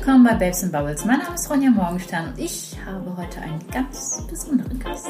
willkommen bei Babes and Bubbles. Mein Name ist Ronja Morgenstern und ich habe heute einen ganz besonderen Gast.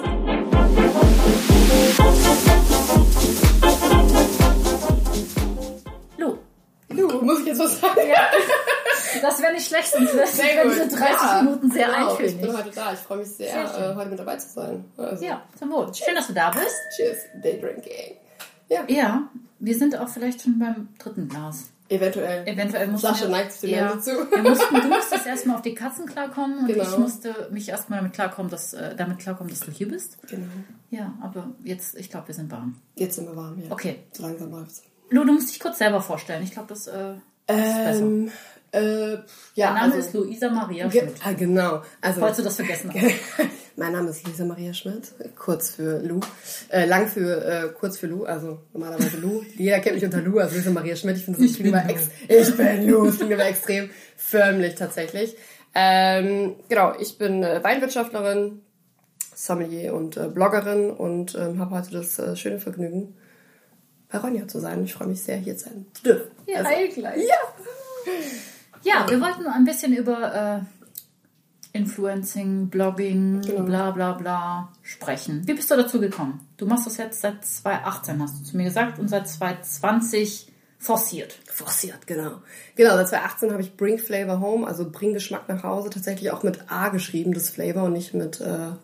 Lu, muss ich jetzt was sagen? Ja. Das wäre nicht schlecht, sonst wären diese 30 Minuten sehr eintönig. Ich bin heute da. Ich freue mich sehr, heute mit dabei zu sein. Also. Ja, zum Wohl. Schön, dass du da bist. Cheers, Daydrinking. Ja, wir sind auch vielleicht schon beim dritten Glas. Eventuell mussten Flasche neigt sich die Hände zu. Du musstest erstmal auf die Katzen klarkommen und genau. Ich musste mich erstmal damit klarkommen, dass du hier bist. Genau. Ja, aber jetzt, ich glaube, wir sind warm. Jetzt sind wir warm, ja. Okay. So langsam läuft's. Lu, du musst dich kurz selber vorstellen. Ich glaube, das ist besser. Mein Name ist Luisa Maria Schmidt. Genau. Also, falls du das vergessen hast. Mein Name ist Luisa Maria Schmidt, kurz für Lu. Lang für kurz für Lu, also normalerweise Lu. Jeder kennt mich unter Lu, also Luisa Maria Schmidt. Ich bin Lu. Das klingt aber extrem förmlich tatsächlich. Genau, ich bin Weinwirtschaftlerin, Sommelier und Bloggerin und habe heute das schöne Vergnügen, bei Ronja zu sein. Ich freue mich sehr, hier sein zu dürfen. Ja, also, gleich. Ja, wir wollten ein bisschen über Influencing, Blogging, bla bla bla sprechen. Wie bist du dazu gekommen? Du machst das jetzt seit 2018, hast du zu mir gesagt, und seit 2020 forciert. Forciert, genau. Genau, seit 2018 habe ich Bring Flavor Home, also Bring Geschmack nach Hause, tatsächlich auch mit A geschrieben, das Flavor, und nicht mit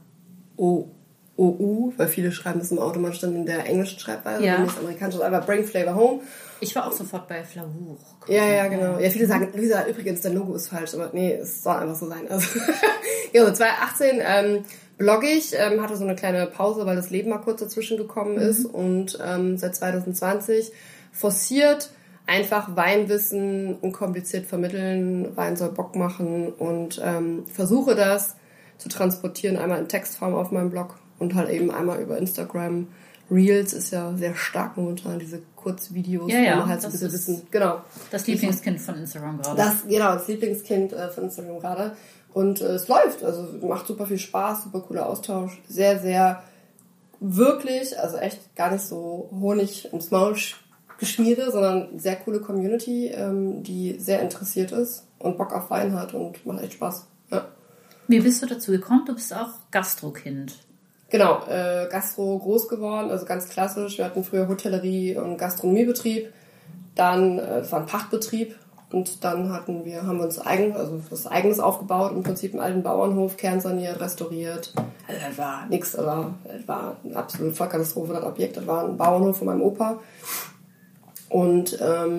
OU, weil viele schreiben es im automatisch dann in der englischen Schreibweise, ja. Nicht das amerikanische, aber Bring Flavor Home. Ich war auch sofort bei Flavour. Ja, genau. Ja, viele sagen, Luisa, übrigens, dein Logo ist falsch, aber nee, es soll einfach so sein. Also, ja, so 2018 blogge ich, hatte so eine kleine Pause, weil das Leben mal kurz dazwischen gekommen ist, und seit 2020 forciert einfach Weinwissen unkompliziert vermitteln, Wein soll Bock machen, und versuche das zu transportieren, einmal in Textform auf meinem Blog und halt eben einmal über Instagram. Reels ist ja sehr stark momentan, diese Kurzvideos, wo man halt so ein bisschen wissen. Genau. Das Lieblingskind von Instagram gerade. Das Lieblingskind von Instagram gerade. Und es läuft, also macht super viel Spaß, super cooler Austausch. Sehr, sehr wirklich, also echt gar nicht so Honig ums Maul geschmiere, sondern sehr coole Community, die sehr interessiert ist und Bock auf Wein hat und macht echt Spaß. Ja. Wie bist du dazu gekommen? Du bist auch Gastrokind. Genau, Gastro groß geworden, also ganz klassisch. Wir hatten früher Hotellerie und Gastronomiebetrieb, dann es war ein Pachtbetrieb, und dann haben wir uns was Eigenes aufgebaut, im Prinzip einen alten Bauernhof, kernsaniert, restauriert. Also das war nichts, aber es war eine absolute Vollkatastrophe, das Objekt. Das war ein Bauernhof von meinem Opa. Und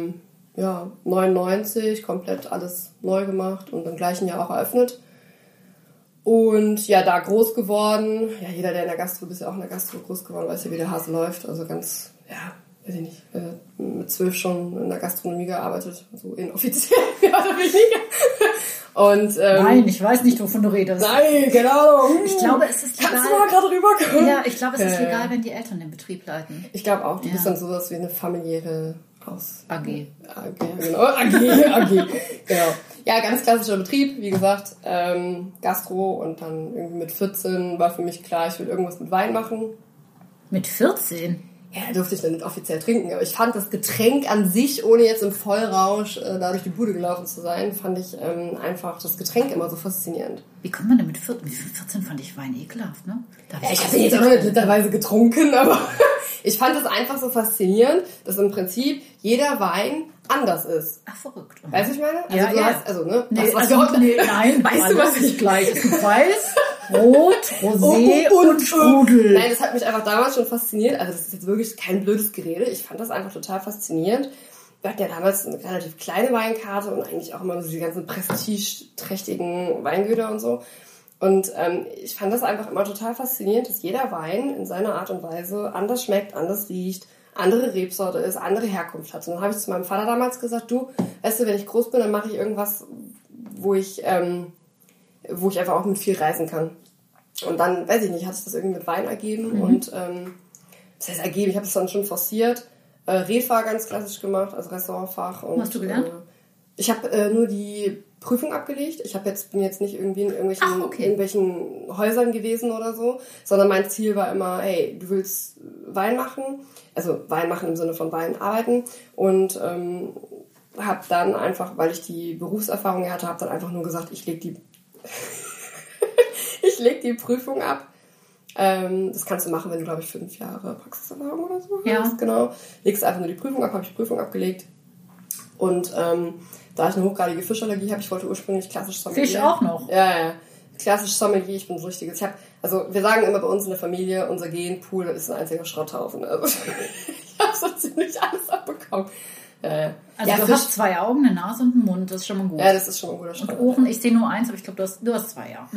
99 komplett alles neu gemacht und im gleichen Jahr auch eröffnet. Und ja, da groß geworden. Ja, jeder, der in der Gastro, bist ja auch in der Gastro groß geworden, weiß ja, wie der Hase läuft. Also ganz, weiß ich nicht, mit 12 schon in der Gastronomie gearbeitet, so inoffiziell, mehr oder weniger. Und, nein, ich weiß nicht, wovon du redest. Nein, genau. Ich glaube, es ist legal. Kannst du mal gerade rüberkommen? Ja, ich glaube, es ist legal, wenn die Eltern den Betrieb leiten. Ich glaube auch, du bist dann sowas wie eine familiäre AG, genau. AG, genau. Ja, ganz klassischer Betrieb, wie gesagt, Gastro, und dann irgendwie mit 14 war für mich klar, ich will irgendwas mit Wein machen. Mit 14? Ja, durfte ich dann nicht offiziell trinken, aber ich fand das Getränk an sich, ohne jetzt im Vollrausch da durch die Bude gelaufen zu sein, fand ich einfach das Getränk immer so faszinierend. Wie kommt man denn mit 14? Mit 14 fand ich Wein ekelhaft, ne? Ich habe jetzt auch nicht literweise getrunken, aber ich fand es einfach so faszinierend, dass im Prinzip jeder Wein anders ist. Ach, verrückt. Weißt du, was ich meine? Also ja, du hast, nein, weißt du, was ich gleich? Es gibt Weiß, Rot, Rosé und Sprudel. Nein, das hat mich einfach damals schon fasziniert. Also das ist jetzt wirklich kein blödes Gerede. Ich fand das einfach total faszinierend. Wir hatten ja damals eine relativ kleine Weinkarte und eigentlich auch immer so die ganzen prestigeträchtigen Weingüter und so. Und ich fand das einfach immer total faszinierend, dass jeder Wein in seiner Art und Weise anders schmeckt, anders riecht, andere Rebsorte ist, andere Herkunft hat. Und dann habe ich zu meinem Vater damals gesagt, du, weißt du, wenn ich groß bin, dann mache ich irgendwas, wo ich einfach auch mit viel reisen kann. Und dann, weiß ich nicht, hat sich das irgendwie mit Wein ergeben. Und das heißt ergeben, ich habe es dann schon forciert. Refa ganz klassisch gemacht, also Restaurantfach. Und, was hast du gelernt? Ich habe nur die Prüfung abgelegt. Bin jetzt nicht irgendwie in irgendwelchen Häusern gewesen oder so, sondern mein Ziel war immer, hey, du willst Wein machen, also Wein machen im Sinne von Wein arbeiten, und habe dann einfach, weil ich die Berufserfahrung hatte, habe dann einfach nur gesagt, ich leg die Prüfung ab. Das kannst du machen, wenn du, glaube ich, 5 Jahre Praxiserfahrung oder so hast. Genau. Legst einfach nur die Prüfung ab, habe ich die Prüfung abgelegt. Und da ich eine hochgradige Fischallergie habe, ich wollte ursprünglich klassisch Sommelier. Fisch auch noch? Ja. Klassisch Sommelier, ich bin so richtiges. Also wir sagen immer bei uns in der Familie, unser Genpool ist ein einziger Schrotthaufen. Also ich habe so ziemlich alles abbekommen. Ja. Also du hast 2 Augen, eine Nase und einen Mund, das ist schon mal gut. Ja, das ist schon mal ein guter Schritt. Und Ohren, ich sehe nur 1, aber ich glaube, du hast 2, ja.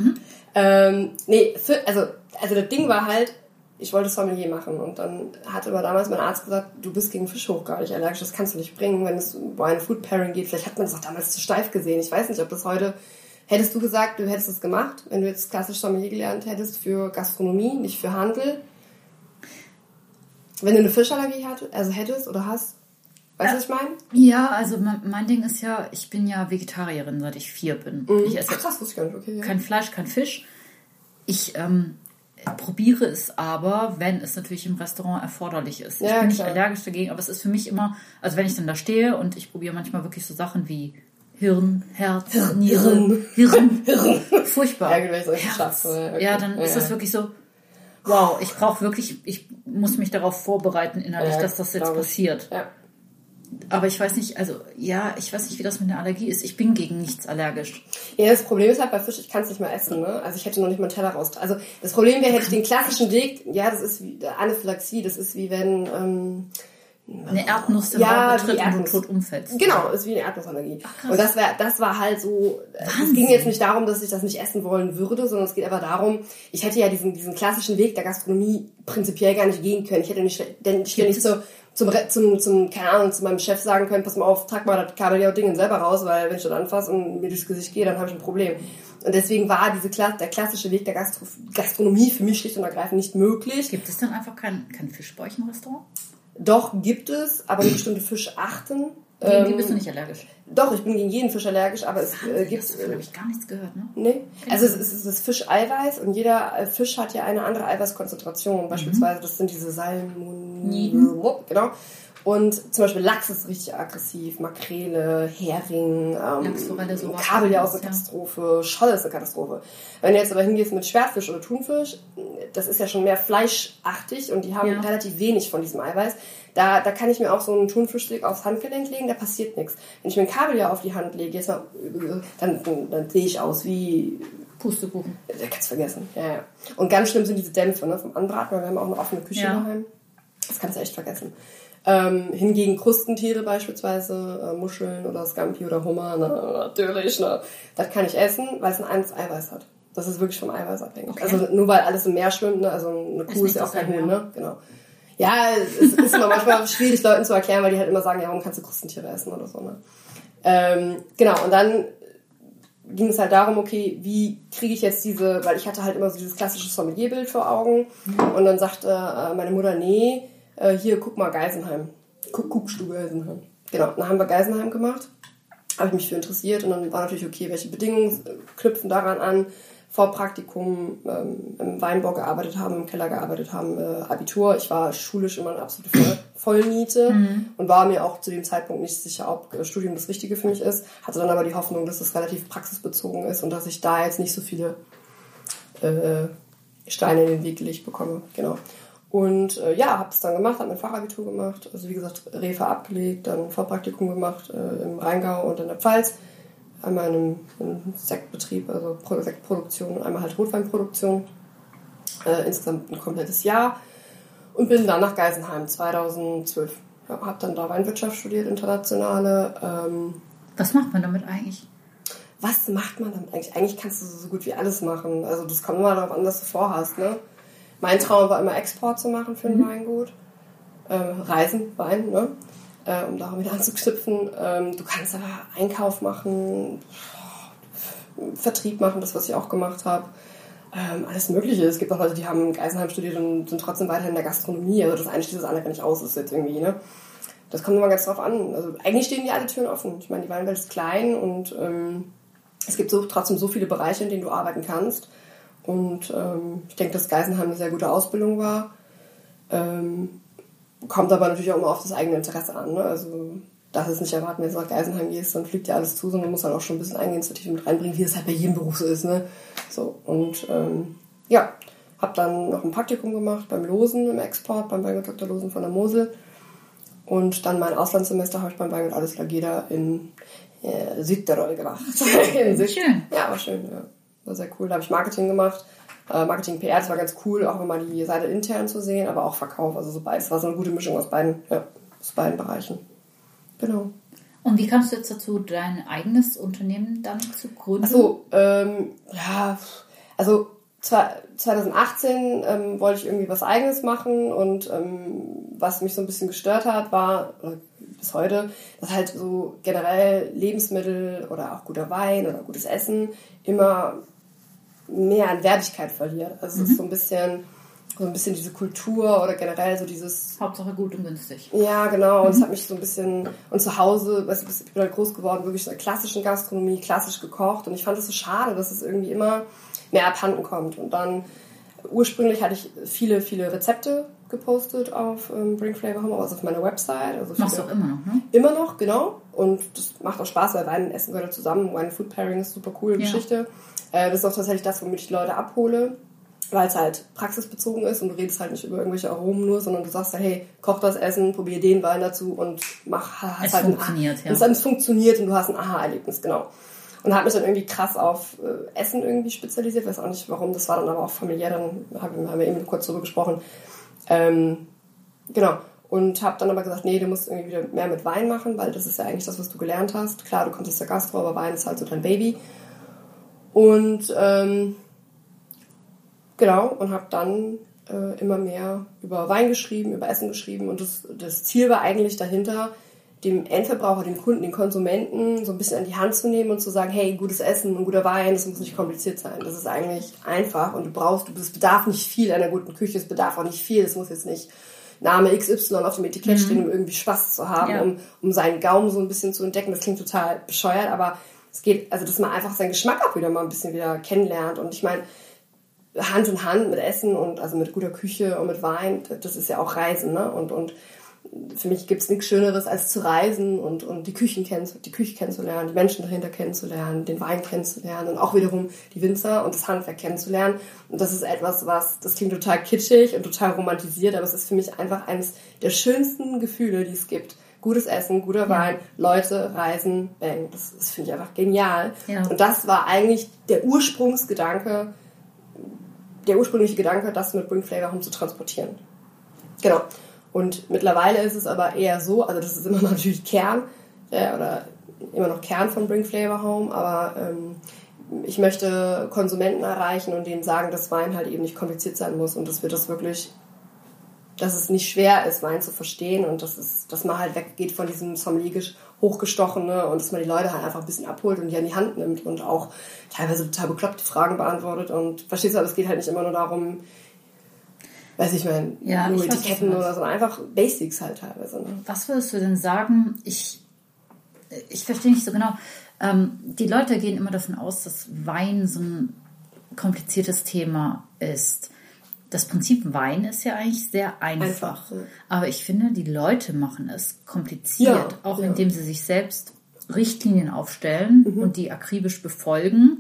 Also das Ding war halt, ich wollte Sommelier machen und dann hat aber damals mein Arzt gesagt, du bist gegen Fisch hochgradig allergisch, das kannst du nicht bringen, wenn es um ein Food Pairing geht. Vielleicht hat man das auch damals zu steif gesehen. Ich weiß nicht, ob das heute... Hättest du gesagt, du hättest das gemacht, wenn du jetzt klassisch Sommelier gelernt hättest für Gastronomie, nicht für Handel? Wenn du eine Fischallergie hättest oder hast? Weißt du, was ich meine? Ja, also mein Ding ist ja, ich bin ja Vegetarierin, seit ich 4 bin. Ich esse krass, wusste ich gar nicht. Okay, ja. kein Fleisch, kein Fisch. Ich probiere es aber, wenn es natürlich im Restaurant erforderlich ist. Ich bin nicht allergisch dagegen, aber es ist für mich immer, also wenn ich dann da stehe und ich probiere manchmal wirklich so Sachen wie Hirn, Herz, Nieren, Hirn. Furchtbar. Ja, gut, Herz. Ja, dann ist das wirklich so, wow, ich muss mich darauf vorbereiten innerlich, dass das jetzt passiert. Ja. Aber ich weiß nicht, wie das mit der Allergie ist. Ich bin gegen nichts allergisch. Ja, das Problem ist halt bei Fisch, ich kann es nicht mehr essen, ne? Also ich hätte noch nicht mal einen Teller raus. Also das Problem wäre, hätte ich den klassischen Weg, das ist wie Anaphylaxie, das ist wie wenn... eine Erdnuss im Bauch betritt und du tot umfällst. Genau, ist wie eine Erdnussallergie. Ach, und das war halt so, es ging jetzt nicht darum, dass ich das nicht essen wollen würde, sondern es geht aber darum, ich hätte ja diesen klassischen Weg der Gastronomie prinzipiell gar nicht gehen können. Ich hätte nicht keine Ahnung, zu meinem Chef sagen können, pass mal auf, trag mal das Kabeljau-Ding selber raus, weil wenn ich das anfasse und mir durchs Gesicht gehe, dann habe ich ein Problem. Und deswegen war der klassische Weg der Gastronomie für mich schlicht und ergreifend nicht möglich. Gibt es dann einfach kein Fisch bei euch im Restaurant? Doch, gibt es, aber bestimmte Fischarten. Gegen die bist du nicht allergisch? Doch, ich bin gegen jeden Fisch allergisch, aber es gibt... Das habe ich gar nichts gehört, ne? Nee, also es ist das Fischeiweiß und jeder Fisch hat ja eine andere Eiweißkonzentration. Beispielsweise, das sind diese Salmoniden. Genau. Und zum Beispiel Lachs ist richtig aggressiv, Makrele, Hering, Kabeljau ist eine Katastrophe, Scholle ist eine Katastrophe. Wenn du jetzt aber hingehst mit Schwertfisch oder Thunfisch, das ist ja schon mehr fleischartig und die haben relativ wenig von diesem Eiweiß. Da kann ich mir auch so einen Thunfischsteak aufs Handgelenk legen, da passiert nichts. Wenn ich mir ein Kabeljau auf die Hand lege, dann sehe ich aus wie... Pustekuchen. Da kannst du vergessen. Ja. Und ganz schlimm sind diese Dämpfe, ne, vom Anbraten, weil wir haben auch eine offene Küche daheim. Das kannst du echt vergessen. Hingegen Krustentiere beispielsweise, Muscheln oder Scampi oder Hummer, natürlich, das kann ich essen, weil es ein anderes Eiweiß hat. Das ist wirklich vom Eiweiß abhängig. Okay. Also nur weil alles im Meer schwimmt, ne? Also eine Kuh ist ja auch kein Huhn, ne? Genau. Ja, es ist immer manchmal schwierig, Leuten zu erklären, weil die halt immer sagen, ja, warum kannst du Krustentiere essen oder so, ne? Genau, und dann ging es halt darum, okay, wie kriege ich jetzt weil ich hatte halt immer so dieses klassische Sommelierbild vor Augen und dann sagte meine Mutter, nee, hier, guck mal, Geisenheim. Guckst du Geisenheim. Genau, dann haben wir Geisenheim gemacht, habe ich mich für interessiert und dann war natürlich okay, welche Bedingungen knüpfen daran an, Vorpraktikum, im Weinbau gearbeitet haben, im Keller gearbeitet haben, Abitur. Ich war schulisch immer eine absolute Vollniete und war mir auch zu dem Zeitpunkt nicht sicher, ob Studium das Richtige für mich ist. Hatte dann aber die Hoffnung, dass es relativ praxisbezogen ist und dass ich da jetzt nicht so viele Steine in den Weg gelegt bekomme. Genau. Und habe das dann gemacht, habe mein Fachabitur gemacht, also wie gesagt, Refa abgelegt, dann Vorpraktikum gemacht im Rheingau und in der Pfalz. Einmal in einem Sektbetrieb, also Sektproduktion und einmal halt Rotweinproduktion. Insgesamt ein komplettes Jahr. Und bin dann nach Geisenheim 2012. Ja, habe dann da Weinwirtschaft studiert, internationale. Was macht man damit eigentlich? Was macht man damit eigentlich? Eigentlich kannst du so gut wie alles machen. Also das kommt immer darauf an, was du vorhast, ne? Mein Traum war immer Export zu machen für ein Weingut. Reisen, Wein, ne? Um daran wieder anzuknüpfen. Du kannst aber Einkauf machen, Vertrieb machen, das, was ich auch gemacht habe. Alles Mögliche. Es gibt auch Leute, die haben in Geisenheim studiert und sind trotzdem weiterhin in der Gastronomie. Also das eine schließt das andere gar nicht aus, ist jetzt irgendwie, ne? Das kommt immer ganz drauf an. Also eigentlich stehen die alle Türen offen. Ich meine, die Weinwelt ist klein und es gibt trotzdem so viele Bereiche, in denen du arbeiten kannst. Und ich denke, dass Geisenheim eine sehr gute Ausbildung war. Kommt aber natürlich auch immer auf das eigene Interesse an. Ne? Also darfst jetzt nicht erwarten, wenn du nach Geisenheim gehst, dann fliegt dir alles zu, sondern du musst halt auch schon ein bisschen Eigeninitiative mit reinbringen, wie es halt bei jedem Beruf so ist, ne? So, und habe dann noch ein Praktikum gemacht beim Losen im Export, beim Weingut Dr. Losen von der Mosel. Und dann mein Auslandssemester habe ich beim Weingut Alles Lageda in Südtirol gemacht. Schön. Ja, war schön, ja. War sehr cool. Da habe ich Marketing gemacht. Marketing, PR, das war ganz cool, auch immer die Seite intern zu sehen, aber auch Verkauf. Also so beides. War so eine gute Mischung aus beiden Bereichen. Genau. Und wie kamst du jetzt dazu, dein eigenes Unternehmen dann zu gründen? Achso, 2018 wollte ich irgendwie was Eigenes machen und was mich so ein bisschen gestört hat, war, bis heute, dass halt so generell Lebensmittel oder auch guter Wein oder gutes Essen immer mehr an Wertigkeit verliert. Also es ist so ein bisschen diese Kultur oder generell so dieses... Hauptsache gut und günstig. Ja, genau. Und es hat mich so ein bisschen... Und zu Hause, weißt du, ich bin halt groß geworden, wirklich so in der klassischen Gastronomie, klassisch gekocht. Und ich fand es so schade, dass es irgendwie immer mehr abhanden kommt. Und dann ursprünglich hatte ich viele, viele Rezepte gepostet auf Bring Flavor Home, also auf meiner Website. Also machst du auch immer noch, ne? Immer noch, genau. Und das macht auch Spaß, weil Wein und Essen gehört zusammen. Wine Food Pairing ist super coole Geschichte. Das ist auch tatsächlich das, womit ich die Leute abhole, weil es halt praxisbezogen ist und du redest halt nicht über irgendwelche Aromen nur, sondern du sagst halt, hey, koch das Essen, probier den Wein dazu und es funktioniert, es funktioniert und du hast ein Aha-Erlebnis, genau. Und habe mich dann irgendwie krass auf Essen irgendwie spezialisiert, weiß auch nicht warum, das war dann aber auch familiär, dann haben wir eben kurz drüber gesprochen. Genau. Und habe dann aber gesagt, nee, du musst irgendwie wieder mehr mit Wein machen, weil das ist ja eigentlich das, was du gelernt hast. Klar, du kommst aus der Gastro, aber Wein ist halt so dein Baby. Und genau, und habe dann immer mehr über Wein geschrieben, über Essen geschrieben. Und das Ziel war eigentlich dahinter, dem Endverbraucher, dem Kunden, den Konsumenten so ein bisschen an die Hand zu nehmen und zu sagen, hey, gutes Essen und guter Wein, das muss nicht kompliziert sein. Das ist eigentlich einfach und es bedarf nicht viel einer guten Küche, es bedarf auch nicht viel, es muss jetzt nicht Name XY auf dem Etikett stehen, um irgendwie Spaß zu haben, um seinen Gaumen so ein bisschen zu entdecken. Das klingt total bescheuert, aber es geht, also dass man einfach seinen Geschmack auch wieder mal ein bisschen wieder kennenlernt. Und ich meine, Hand in Hand mit Essen und also mit guter Küche und mit Wein, das ist ja auch Reisen, ne? Und für mich gibt es nichts Schöneres als zu reisen und die Küche kennenzulernen, die Menschen dahinter kennenzulernen, den Wein kennenzulernen und auch wiederum die Winzer und das Handwerk kennenzulernen. Und das ist etwas, das klingt total kitschig und total romantisiert, aber es ist für mich einfach eines der schönsten Gefühle, die es gibt. Gutes Essen, guter Wein, Leute, Reisen, bang. Das finde ich einfach genial. Ja. Und das war eigentlich der ursprüngliche Gedanke, das mit Bring Flavor Home zu transportieren. Genau. Und mittlerweile ist es aber eher so, also das ist immer noch natürlich Kern oder immer noch Kern von Bring Flavor Home, aber ich möchte Konsumenten erreichen und denen sagen, dass Wein halt eben nicht kompliziert sein muss und dass es nicht schwer ist, Wein zu verstehen und dass man halt weggeht von diesem Sommelier hochgestochene und dass man die Leute halt einfach ein bisschen abholt und die an die Hand nimmt und auch teilweise total bekloppte Fragen beantwortet und verstehst du, aber es geht halt nicht immer nur darum, nur Etiketten oder so, einfach Basics halt teilweise. Ne? Was würdest du denn sagen? Ich verstehe nicht so genau. Die Leute gehen immer davon aus, dass Wein so ein kompliziertes Thema ist. Das Prinzip Wein ist ja eigentlich sehr einfach. Ja. Aber ich finde, die Leute machen es kompliziert, indem sie sich selbst Richtlinien aufstellen und die akribisch befolgen,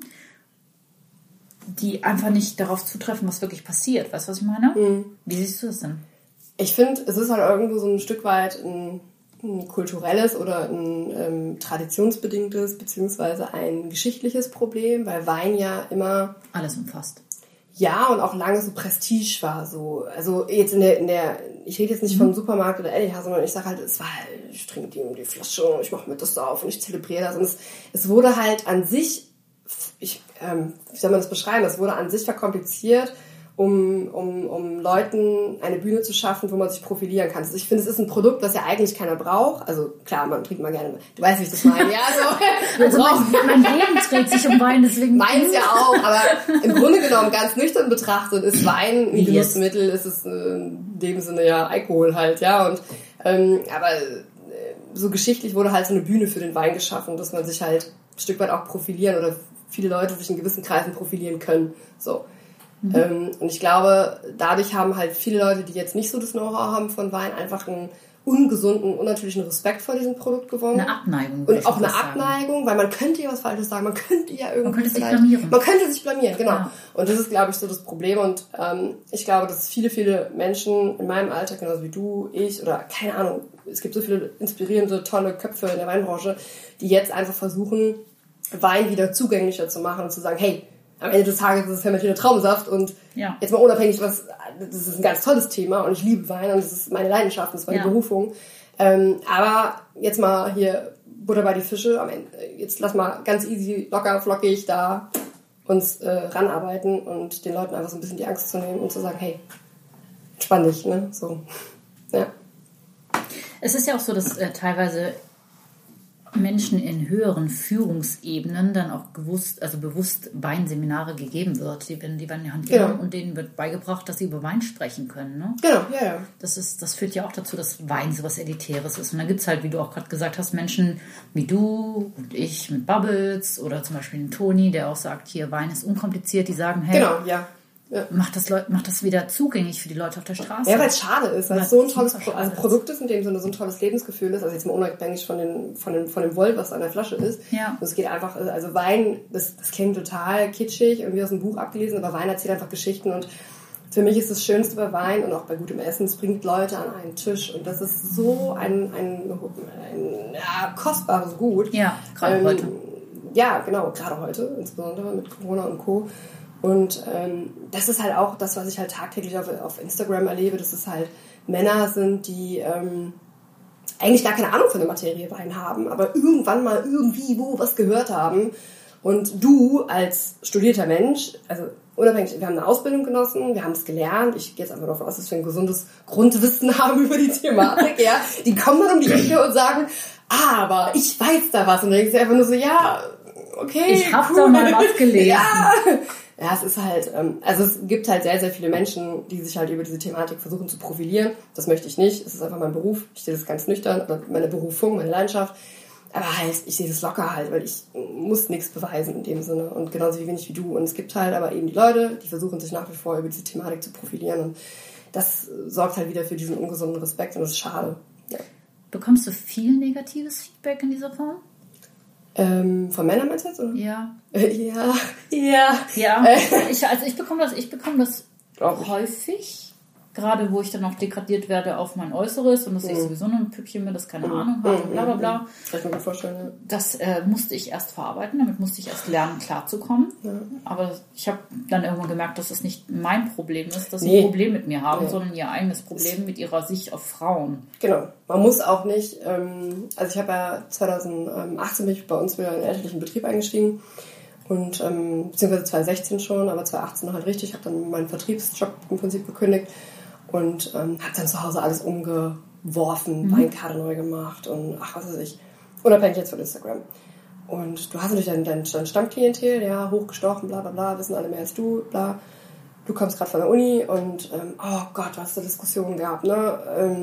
die einfach nicht darauf zutreffen, was wirklich passiert. Weißt du, was ich meine? Wie siehst du das denn? Ich finde, es ist halt irgendwo so ein Stück weit ein kulturelles oder ein traditionsbedingtes beziehungsweise ein geschichtliches Problem, weil Wein ja immer alles umfasst. Ja, und auch lange so Prestige war. So. Also jetzt ich rede jetzt nicht von Supermarkt oder Edeka, sondern ich sage halt, ich trinke die Flasche und ich mache mir das auf und ich zelebriere das. Und es wurde halt an sich, wie soll man das beschreiben, es wurde an sich verkompliziert, um Leuten eine Bühne zu schaffen, wo man sich profilieren kann. Also ich finde, es ist ein Produkt, was ja eigentlich keiner braucht. Also klar, man trinkt mal gerne. Du weißt, wie ich das meine. Ja, so. Mein Leben dreht sich um Wein, deswegen... Meins ja auch, aber im Grunde genommen ganz nüchtern betrachtet ist Wein ein Genussmittel, ist es in dem Sinne ja Alkohol halt, ja. Und aber so geschichtlich wurde halt so eine Bühne für den Wein geschaffen, dass man sich halt ein Stück weit auch profilieren oder viele Leute sich in gewissen Kreisen profilieren können. So. Und ich glaube, dadurch haben halt viele Leute, die jetzt nicht so das Know-how haben von Wein, einfach ein ungesunden, unnatürlichen Respekt vor diesem Produkt gewonnen. Eine Abneigung. Und auch eine Abneigung, weil man könnte ja was Falsches sagen, man könnte ja irgendwie... Man könnte sich blamieren. Man könnte sich blamieren, genau. Ja. Und das ist, glaube ich, so das Problem. Und ich glaube, dass viele Menschen in meinem Alter, genauso wie du, ich oder keine Ahnung, es gibt so viele inspirierende, tolle Köpfe in der Weinbranche, die jetzt einfach versuchen, Wein wieder zugänglicher zu machen und zu sagen, hey, am Ende des Tages ist es fermentierter Traubensaft und jetzt mal unabhängig, das ist ein ganz tolles Thema und ich liebe Wein und das ist meine Leidenschaft, das ist meine Berufung. Aber jetzt mal hier Butter bei die Fische, am Ende, jetzt lass mal ganz easy, locker, flockig da uns ranarbeiten und den Leuten einfach so ein bisschen die Angst zu nehmen und zu sagen, hey, entspann dich, ne? So, ja. Es ist ja auch so, dass teilweise Menschen in höheren Führungsebenen dann auch bewusst Weinseminare gegeben wird. Die werden in die Hand genommen und denen wird beigebracht, dass sie über Wein sprechen können. Ne? Genau, ja. Das führt ja auch dazu, dass Wein sowas Elitäres ist. Und dann gibt es halt, wie du auch gerade gesagt hast, Menschen wie du und ich mit Bubbles oder zum Beispiel einen Toni, der auch sagt, hier, Wein ist unkompliziert. Die sagen, hey, Mach das wieder zugänglich für die Leute auf der Straße. Ja, weil es schade ist, weil es so ein tolles Produkt ist, in dem Sinne so ein tolles Lebensgefühl ist. Also jetzt mal unabhängig von dem Volt, was an der Flasche ist. Ja. Und es geht einfach, also Wein, das klingt total kitschig, irgendwie aus einem Buch abgelesen, aber Wein erzählt einfach Geschichten und für mich ist das Schönste bei Wein und auch bei gutem Essen, es bringt Leute an einen Tisch und das ist so ein kostbares Gut. Ja, gerade heute. Ja, genau, gerade heute, insbesondere mit Corona und Co. Und das ist halt auch das, was ich halt tagtäglich auf Instagram erlebe, dass es halt Männer sind, die eigentlich gar keine Ahnung von der Materie Wein haben, aber irgendwann mal irgendwie wo was gehört haben. Und du als studierter Mensch, also unabhängig, wir haben eine Ausbildung genossen, wir haben es gelernt, ich gehe jetzt einfach davon aus, dass wir ein gesundes Grundwissen haben über die Thematik, ja. Die kommen dann um die Ecke und sagen, aber ich weiß da was. Und dann denkst du einfach nur so, ja, okay, ich habe da mal was gelesen. Ja, es ist halt, also es gibt halt sehr, sehr viele Menschen, die sich halt über diese Thematik versuchen zu profilieren. Das möchte ich nicht. Es ist einfach mein Beruf. Ich sehe das ganz nüchtern, meine Berufung, meine Leidenschaft. Aber halt, ich sehe das locker halt, weil ich muss nichts beweisen in dem Sinne. Und genauso wenig wie du. Und es gibt halt aber eben die Leute, die versuchen sich nach wie vor über diese Thematik zu profilieren. Und das sorgt halt wieder für diesen ungesunden Respekt und das ist schade. Ja. Bekommst du viel negatives Feedback in dieser Form? Von Männern meinst du jetzt? Oder? Ja. Ja. Ich bekomme das häufig. Gerade wo ich dann auch degradiert werde auf mein Äußeres und dass ich sowieso noch ein Püppchen bin, das keine Ahnung hat und bla bla bla. Kann ich mir gut vorstellen, ja. Das musste ich erst verarbeiten, damit musste ich erst lernen, klarzukommen. Ja. Aber ich habe dann irgendwann gemerkt, dass das nicht mein Problem ist, dass sie ein Problem mit mir haben, sondern ihr eigenes Problem mit ihrer Sicht auf Frauen. Genau. Man muss auch nicht, also ich habe ja 2018 bin ich bei uns wieder in den elterlichen Betrieb eingestiegen und beziehungsweise 2016 schon, aber 2018 halt richtig, habe dann meinen Vertriebsjob im Prinzip gekündigt. Und habe dann zu Hause alles umgeworfen, Weinkarte neu gemacht und ach, was weiß ich. Unabhängig jetzt von Instagram. Und du hast natürlich dein Stammklientel, ja, hochgestochen, bla bla bla, wissen alle mehr als du, bla. Du kommst gerade von der Uni und oh Gott, was es da Diskussionen gab, ne?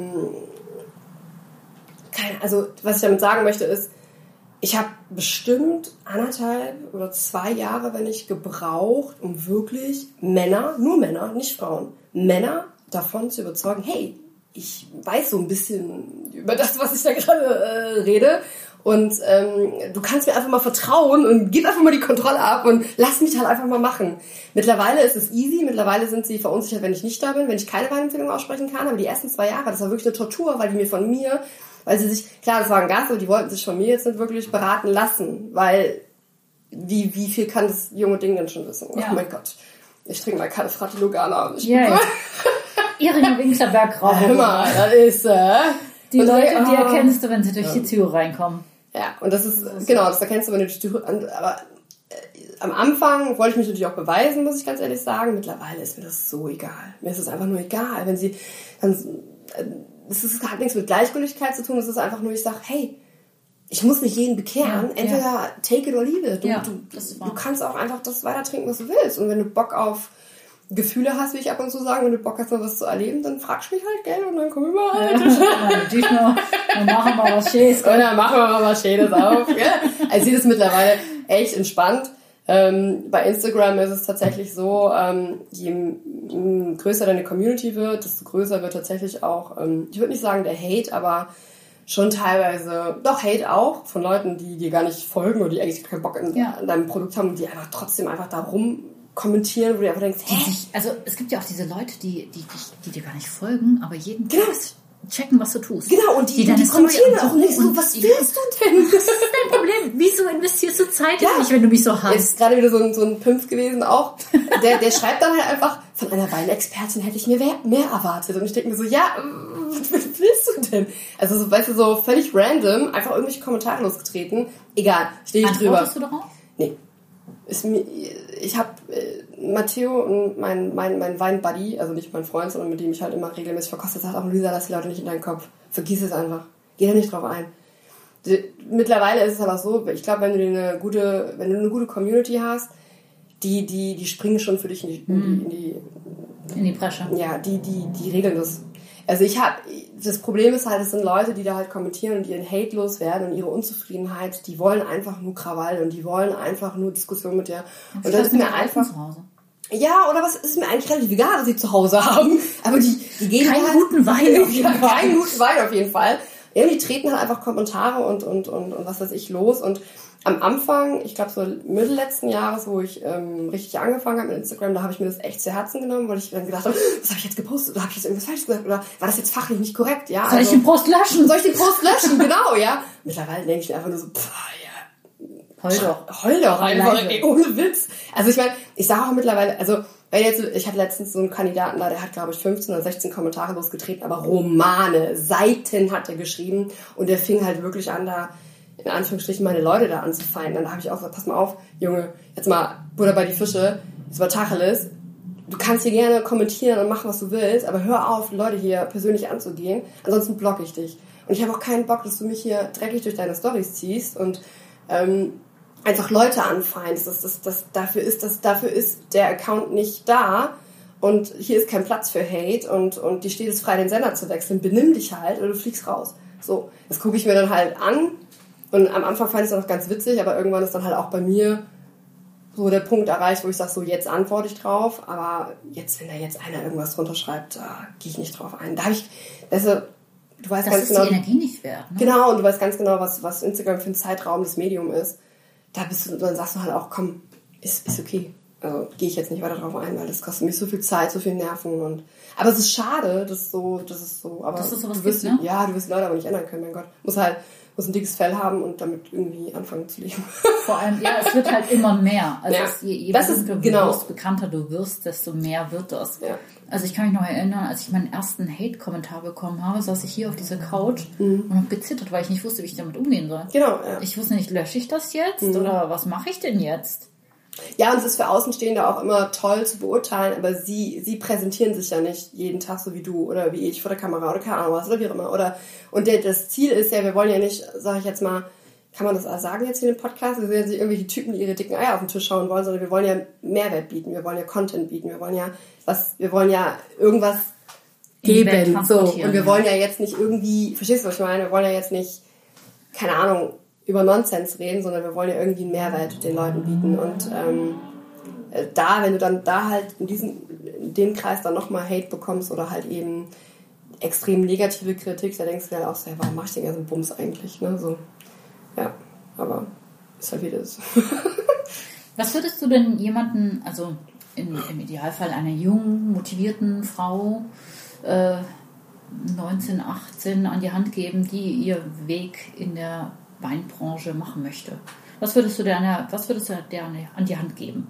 Also, was ich damit sagen möchte ist, ich habe bestimmt 1,5 oder 2 Jahre, wenn nicht, gebraucht, um wirklich Männer, nur Männer, nicht Frauen, Männer davon zu überzeugen, hey, ich weiß so ein bisschen über das, was ich da gerade rede und du kannst mir einfach mal vertrauen und gib einfach mal die Kontrolle ab und lass mich halt einfach mal machen. Mittlerweile ist es easy, mittlerweile sind sie verunsichert, wenn ich nicht da bin, wenn ich keine Weinempfehlung aussprechen kann, aber die ersten 2 Jahre, das war wirklich eine Tortur, weil sie sich, klar, das war ein Gast, aber die wollten sich von mir jetzt nicht wirklich beraten lassen, weil wie viel kann das junge Ding denn schon wissen? Ja. Oh mein Gott, ich trinke mal keine Frati Lugana. Ihre Winklerberg-Grau. Hör mal, das ist... die Leute, die erkennst du, wenn sie durch die Tür reinkommen. Ja, und das ist, genau, das erkennst du, wenn du durch die Tür... Aber am Anfang wollte ich mich natürlich auch beweisen, muss ich ganz ehrlich sagen. Mittlerweile ist mir das so egal. Mir ist es einfach nur egal. Wenn sie... hat nichts mit Gleichgültigkeit zu tun. Es ist einfach nur, ich sage, hey, ich muss nicht jeden bekehren. Entweder take it or leave it. Du kannst auch einfach das weiter trinken, was du willst. Und wenn du Bock auf Gefühle hast, wie ich ab und zu sage, wenn du Bock hast, mal was zu erleben, dann fragst du mich halt, gell, und dann komm ich mal halt. Dann machen wir was Schönes. Und dann machen wir mal was Schönes auf, gell. Also ich sehe das mittlerweile echt entspannt. Bei Instagram ist es tatsächlich so, je größer deine Community wird, desto größer wird tatsächlich auch, ich würde nicht sagen der Hate, aber schon teilweise, doch Hate auch, von Leuten, die dir gar nicht folgen oder die eigentlich keinen Bock an deinem Produkt haben und die einfach trotzdem einfach da rum kommentieren, wo du einfach denkst, also es gibt ja auch diese Leute, die dir gar nicht folgen, aber jeden Tag checken, was du tust. Genau, und die kommentieren auch nicht so, was willst du denn? Was ist dein Problem? Wieso investierst du Zeit in mich, wenn du mich so hast? Ist gerade wieder so ein Pimpf gewesen auch. Der schreibt dann halt einfach, von einer Weinexpertin hätte ich mir mehr erwartet. Und ich denke mir so, ja, was willst du denn? Also, so, weißt du, so völlig random, einfach irgendwelche Kommentare losgetreten. Egal, stehe ich drüber. Antwortest du darauf? Nee. Ich habe Matteo und mein Wein-Buddy, also nicht mein Freund, sondern mit dem ich halt immer regelmäßig verkostet habe, auch Luisa, lass die Leute nicht in deinen Kopf. Vergiss es einfach. Geh da nicht drauf ein. Mittlerweile ist es aber so, ich glaube, wenn du eine gute Community hast, die springen schon für dich in die Bresche. Ja, die regeln das. Also das Problem ist halt, es sind Leute, die da halt kommentieren und ihren Hate loswerden und ihre Unzufriedenheit, die wollen einfach nur Krawall und die wollen einfach nur Diskussion mit dir. Und das ist mir einfach... Zu Hause. Ja, oder was ist mir eigentlich relativ egal, was sie zu Hause haben. Aber die gehen keinen halt... guten Wein auf jeden Fall. Keinen guten Wein auf jeden Fall. Ja, die treten halt einfach Kommentare und was weiß ich los. Und am Anfang, ich glaube so Mitte letzten Jahres, wo ich richtig angefangen habe mit Instagram, da habe ich mir das echt zu Herzen genommen, weil ich dann gedacht habe, was habe ich jetzt gepostet? Oder habe ich jetzt irgendwas falsch gesagt? Oder war das jetzt fachlich nicht korrekt? Ja, Soll ich den Post löschen? Soll ich den Post löschen? Genau, ja. Mittlerweile denke ich mir einfach nur so, Heul doch einfach, ey, ohne Witz. Also ich meine, ich sage auch mittlerweile, also ich hatte letztens so einen Kandidaten da, der hat, glaube ich, 15 oder 16 Kommentare losgetreten, aber Romane, Seiten hat er geschrieben und der fing halt wirklich an, da in Anführungsstrichen meine Leute da anzufeinden. Dann habe ich auch gesagt, pass mal auf, Junge, jetzt mal Butter bei die Fische, jetzt mal Tacheles. Du kannst hier gerne kommentieren und machen, was du willst, aber hör auf, Leute hier persönlich anzugehen, ansonsten blocke ich dich. Und ich habe auch keinen Bock, dass du mich hier dreckig durch deine Storys ziehst und einfach Leute anfeindest. Dafür ist der Account nicht da und hier ist kein Platz für Hate und dir steht es frei, den Sender zu wechseln. Benimm dich halt oder du fliegst raus. So, das gucke ich mir dann halt an und am Anfang fand ich es noch ganz witzig, aber irgendwann ist dann halt auch bei mir so der Punkt erreicht, wo ich sage, so jetzt antworte ich drauf, aber wenn da jetzt einer irgendwas drunter schreibt, da gehe ich nicht drauf ein. Da habe ich, du weißt das ganz ist genau, die Energie nicht wert. Ne? Genau, und du weißt ganz genau, was Instagram für ein Zeitraum das Medium ist. Dann sagst du halt auch, komm, ist okay. Also gehe ich jetzt nicht weiter drauf ein, weil das kostet mich so viel Zeit, so viel Nerven aber es ist schade, dass es so, aber dass es sowas du wirst, gibt, ne? Ja, du wirst Leute aber nicht ändern können, mein Gott. Muss ein dickes Fell haben und damit irgendwie anfangen zu leben. Vor allem, ja, es wird halt immer mehr. Also je bekannter du wirst, desto mehr wird das. Ja. Also ich kann mich noch erinnern, als ich meinen ersten Hate-Kommentar bekommen habe, saß ich hier auf dieser Couch und habe gezittert, weil ich nicht wusste, wie ich damit umgehen soll. Genau, ja. Ich wusste nicht, lösche ich das jetzt oder was mache ich denn jetzt? Ja, und es ist für Außenstehende auch immer toll zu beurteilen, aber sie präsentieren sich ja nicht jeden Tag so wie du oder wie ich vor der Kamera oder keine Ahnung was oder wie auch immer. Und das Ziel ist ja, wir wollen ja nicht, sage ich jetzt mal, kann man das sagen jetzt hier im Podcast? Wir sind jetzt nicht irgendwelche Typen, die ihre dicken Eier auf den Tisch schauen wollen, sondern wir wollen ja Mehrwert bieten, wir wollen ja Content bieten, wir wollen ja irgendwas geben. So. Und wir wollen ja jetzt nicht irgendwie, verstehst du, was ich meine? Wir wollen ja jetzt nicht, keine Ahnung, über Nonsens reden, sondern wir wollen ja irgendwie einen Mehrwert den Leuten bieten. Und wenn du dann da halt in dem Kreis dann nochmal Hate bekommst oder halt eben extrem negative Kritik, da denkst du halt auch so, warum mach ich den ganzen Bums eigentlich? Ne? So, ja, aber ist halt wie das. Was würdest du denn jemanden, also im Idealfall einer jungen, motivierten Frau, 19, 18 an die Hand geben, die ihr Weg in der Weinbranche machen möchte? Was würdest du der an die Hand geben?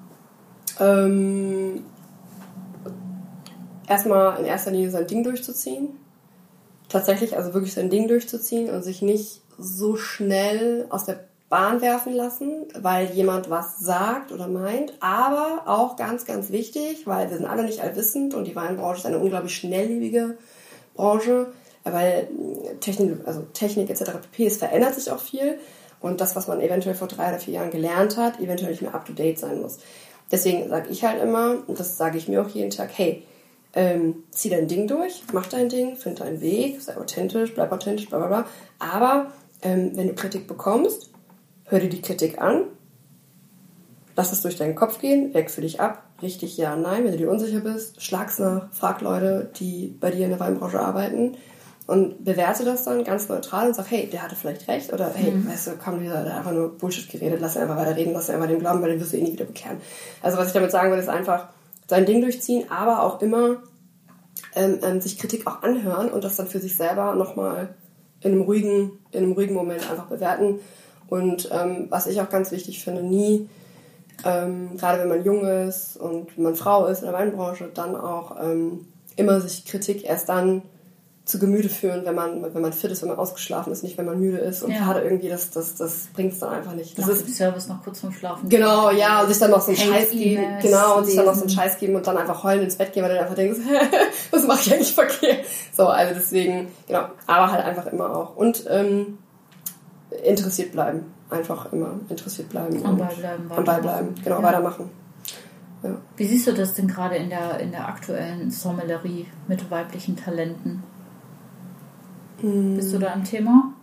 Erstmal in erster Linie sein Ding durchzuziehen. Tatsächlich, also wirklich sein Ding durchzuziehen und sich nicht so schnell aus der Bahn werfen lassen, weil jemand was sagt oder meint. Aber auch ganz, ganz wichtig, weil wir sind alle nicht allwissend und die Weinbranche ist eine unglaublich schnelllebige Branche, weil Technik etc. pp. Es verändert sich auch viel und das, was man eventuell vor 3 oder 4 Jahren gelernt hat, eventuell nicht mehr up-to-date sein muss. Deswegen sage ich halt immer, und das sage ich mir auch jeden Tag, hey, zieh dein Ding durch, mach dein Ding, find deinen Weg, sei authentisch, bleib authentisch, bla bla bla. Aber wenn du Kritik bekommst, hör dir die Kritik an, lass es durch deinen Kopf gehen, wäg für dich ab, richtig ja, nein. Wenn du dir unsicher bist, schlag's nach, frag Leute, die bei dir in der Weinbranche arbeiten und bewerte das dann ganz neutral und sag, hey, der hatte vielleicht recht oder hey, weißt du, komm, der hat einfach nur Bullshit geredet, lass ihn einfach weiter reden, lass ihn einfach den glauben, weil den wirst du eh nie wieder bekehren. Also was ich damit sagen will, ist einfach sein Ding durchziehen, aber auch immer sich Kritik auch anhören und das dann für sich selber nochmal in einem ruhigen Moment einfach bewerten. Und was ich auch ganz wichtig finde, nie, gerade wenn man jung ist und wenn man Frau ist in der Weinbranche, dann auch immer sich Kritik erst dann zu Gemüte führen, wenn man fit ist, wenn man ausgeschlafen ist, nicht wenn man müde ist. Und gerade irgendwie, das bringt es dann einfach nicht. Das ist dem Service noch kurz vorm Schlafen. Genau, ja, und sich dann noch so einen Scheiß geben. Genau, und sich dann noch so einen Scheiß geben und dann einfach heulen ins Bett gehen, weil du einfach denkst, was mache ich eigentlich verkehrt? So, also deswegen, genau. Aber halt einfach immer auch. Und interessiert bleiben. Einfach immer interessiert bleiben. Am Ball bleiben. Am Ball bleiben, genau, weitermachen. Ja. Wie siehst du das denn gerade in der aktuellen Sommelerie mit weiblichen Talenten? Bist du da im Thema?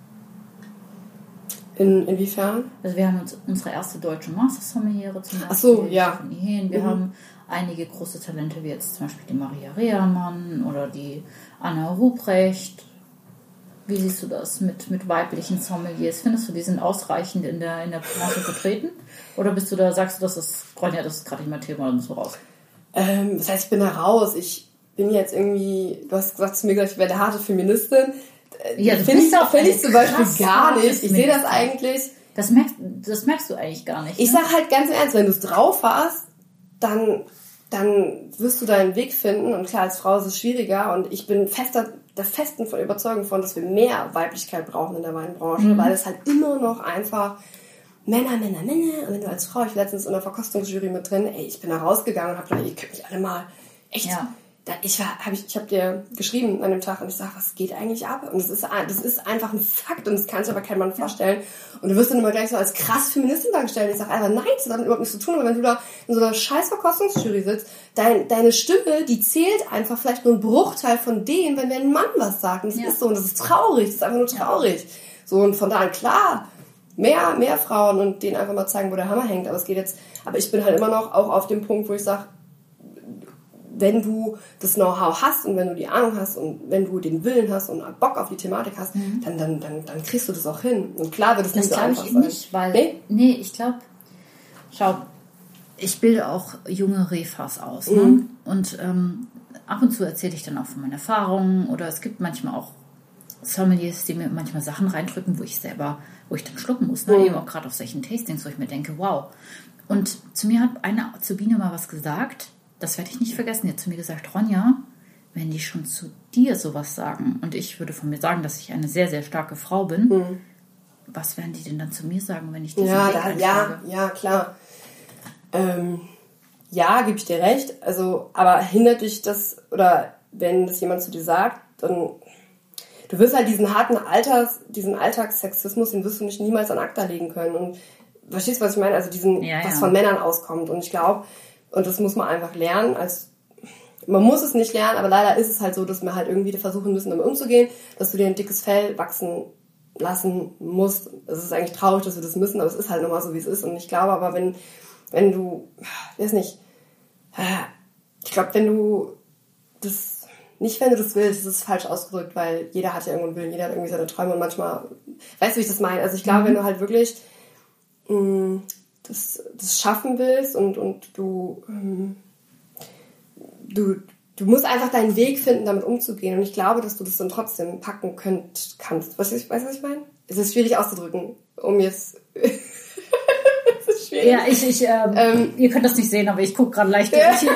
Inwiefern? Also wir haben unsere erste deutsche Master-Sommeliere zum Beispiel. Ach so, ja. Wir haben einige große Talente, wie jetzt zum Beispiel die Maria Rehrmann oder die Anna Ruprecht. Wie siehst du das mit weiblichen Sommeliers? Findest du, die sind ausreichend in der Branche vertreten? Oder bist du da, sagst du, das ist gerade nicht mein Thema, dann müssen wir raus? Das heißt, ich bin da raus. Ich bin jetzt irgendwie, du hast gesagt zu mir, ich werde harte Feministin. Ja, finde ich zum Beispiel gar nicht. Ich sehe das eigentlich. Das merkst du eigentlich gar nicht. Ich sag halt ganz im Ernst, wenn du es drauf hast, dann wirst du deinen Weg finden. Und klar, als Frau ist es schwieriger. Und ich bin der festen Überzeugung von, dass wir mehr Weiblichkeit brauchen in der Weinbranche, weil es halt immer noch einfach Männer. Und wenn du als Frau, ich war letztens in der Verkostungsjury mit drin, ich bin da rausgegangen und hab gedacht, ihr könnt mich alle mal echt... Ja. Ich habe dir geschrieben an dem Tag und ich sage, was geht eigentlich ab? Und das ist einfach ein Fakt und das kann sich aber kein Mann vorstellen. Und du wirst dann immer gleich so als krass Feministin dargestellt. Und ich sage, Alter, nein, das hat damit überhaupt nichts zu tun. Aber wenn du da in so einer scheiß Verkostungsjury sitzt, deine Stimme, die zählt einfach vielleicht nur ein Bruchteil von dem, wenn ein Mann was sagt. Und das ist so und das ist traurig, das ist einfach nur traurig. So und von daher, klar, mehr Frauen und denen einfach mal zeigen, wo der Hammer hängt. Aber ich bin halt immer noch auch auf dem Punkt, wo ich sage, wenn du das Know-how hast und wenn du die Ahnung hast und wenn du den Willen hast und Bock auf die Thematik hast, dann kriegst du das auch hin. Und klar wird es nicht so einfach sein. Das glaube ich nicht, weil... Nee, ich glaube... Schau, ich bilde auch junge Refas aus. Ne? Und ab und zu erzähle ich dann auch von meinen Erfahrungen oder es gibt manchmal auch Sommeliers, die mir manchmal Sachen reindrücken, wo ich dann schlucken muss. Ne? Eben auch gerade auf solchen Tastings, wo ich mir denke, wow. Und zu mir hat eine Azubine mal was gesagt, das werde ich nicht vergessen. Die hat zu mir gesagt, Ronja, wenn die schon zu dir sowas sagen und ich würde von mir sagen, dass ich eine sehr, sehr starke Frau bin, was werden die denn dann zu mir sagen, wenn ich diesen Weg einschlage? Ja, klar. Ja, gebe ich dir recht. Also, aber hindert dich das, oder wenn das jemand zu dir sagt, dann du wirst halt diesen harten diesen Alltagssexismus, den wirst du nicht niemals an ACTA legen können. Und verstehst du, was ich meine? Also was von Männern auskommt. Und ich glaube, und das muss man einfach lernen. Man muss es nicht lernen, aber leider ist es halt so, dass wir halt irgendwie versuchen müssen, damit umzugehen, dass du dir ein dickes Fell wachsen lassen musst. Es ist eigentlich traurig, dass wir das müssen, aber es ist halt nochmal so, wie es ist. Und ich glaube aber, wenn du, weiß nicht, ich glaube, wenn du das willst, das ist falsch ausgedrückt, weil jeder hat ja irgendwo einen Willen, jeder hat irgendwie seine Träume und manchmal, weißt du, wie ich das meine? Also ich glaube, wenn du halt wirklich das schaffen willst und du musst einfach deinen Weg finden, damit umzugehen. Und ich glaube, dass du das dann trotzdem packen kannst. Weißt du, was ich meine? Es ist schwierig auszudrücken, um jetzt... Es ist schwierig. Ja, ihr könnt das nicht sehen, aber ich gucke gerade leicht irritiert.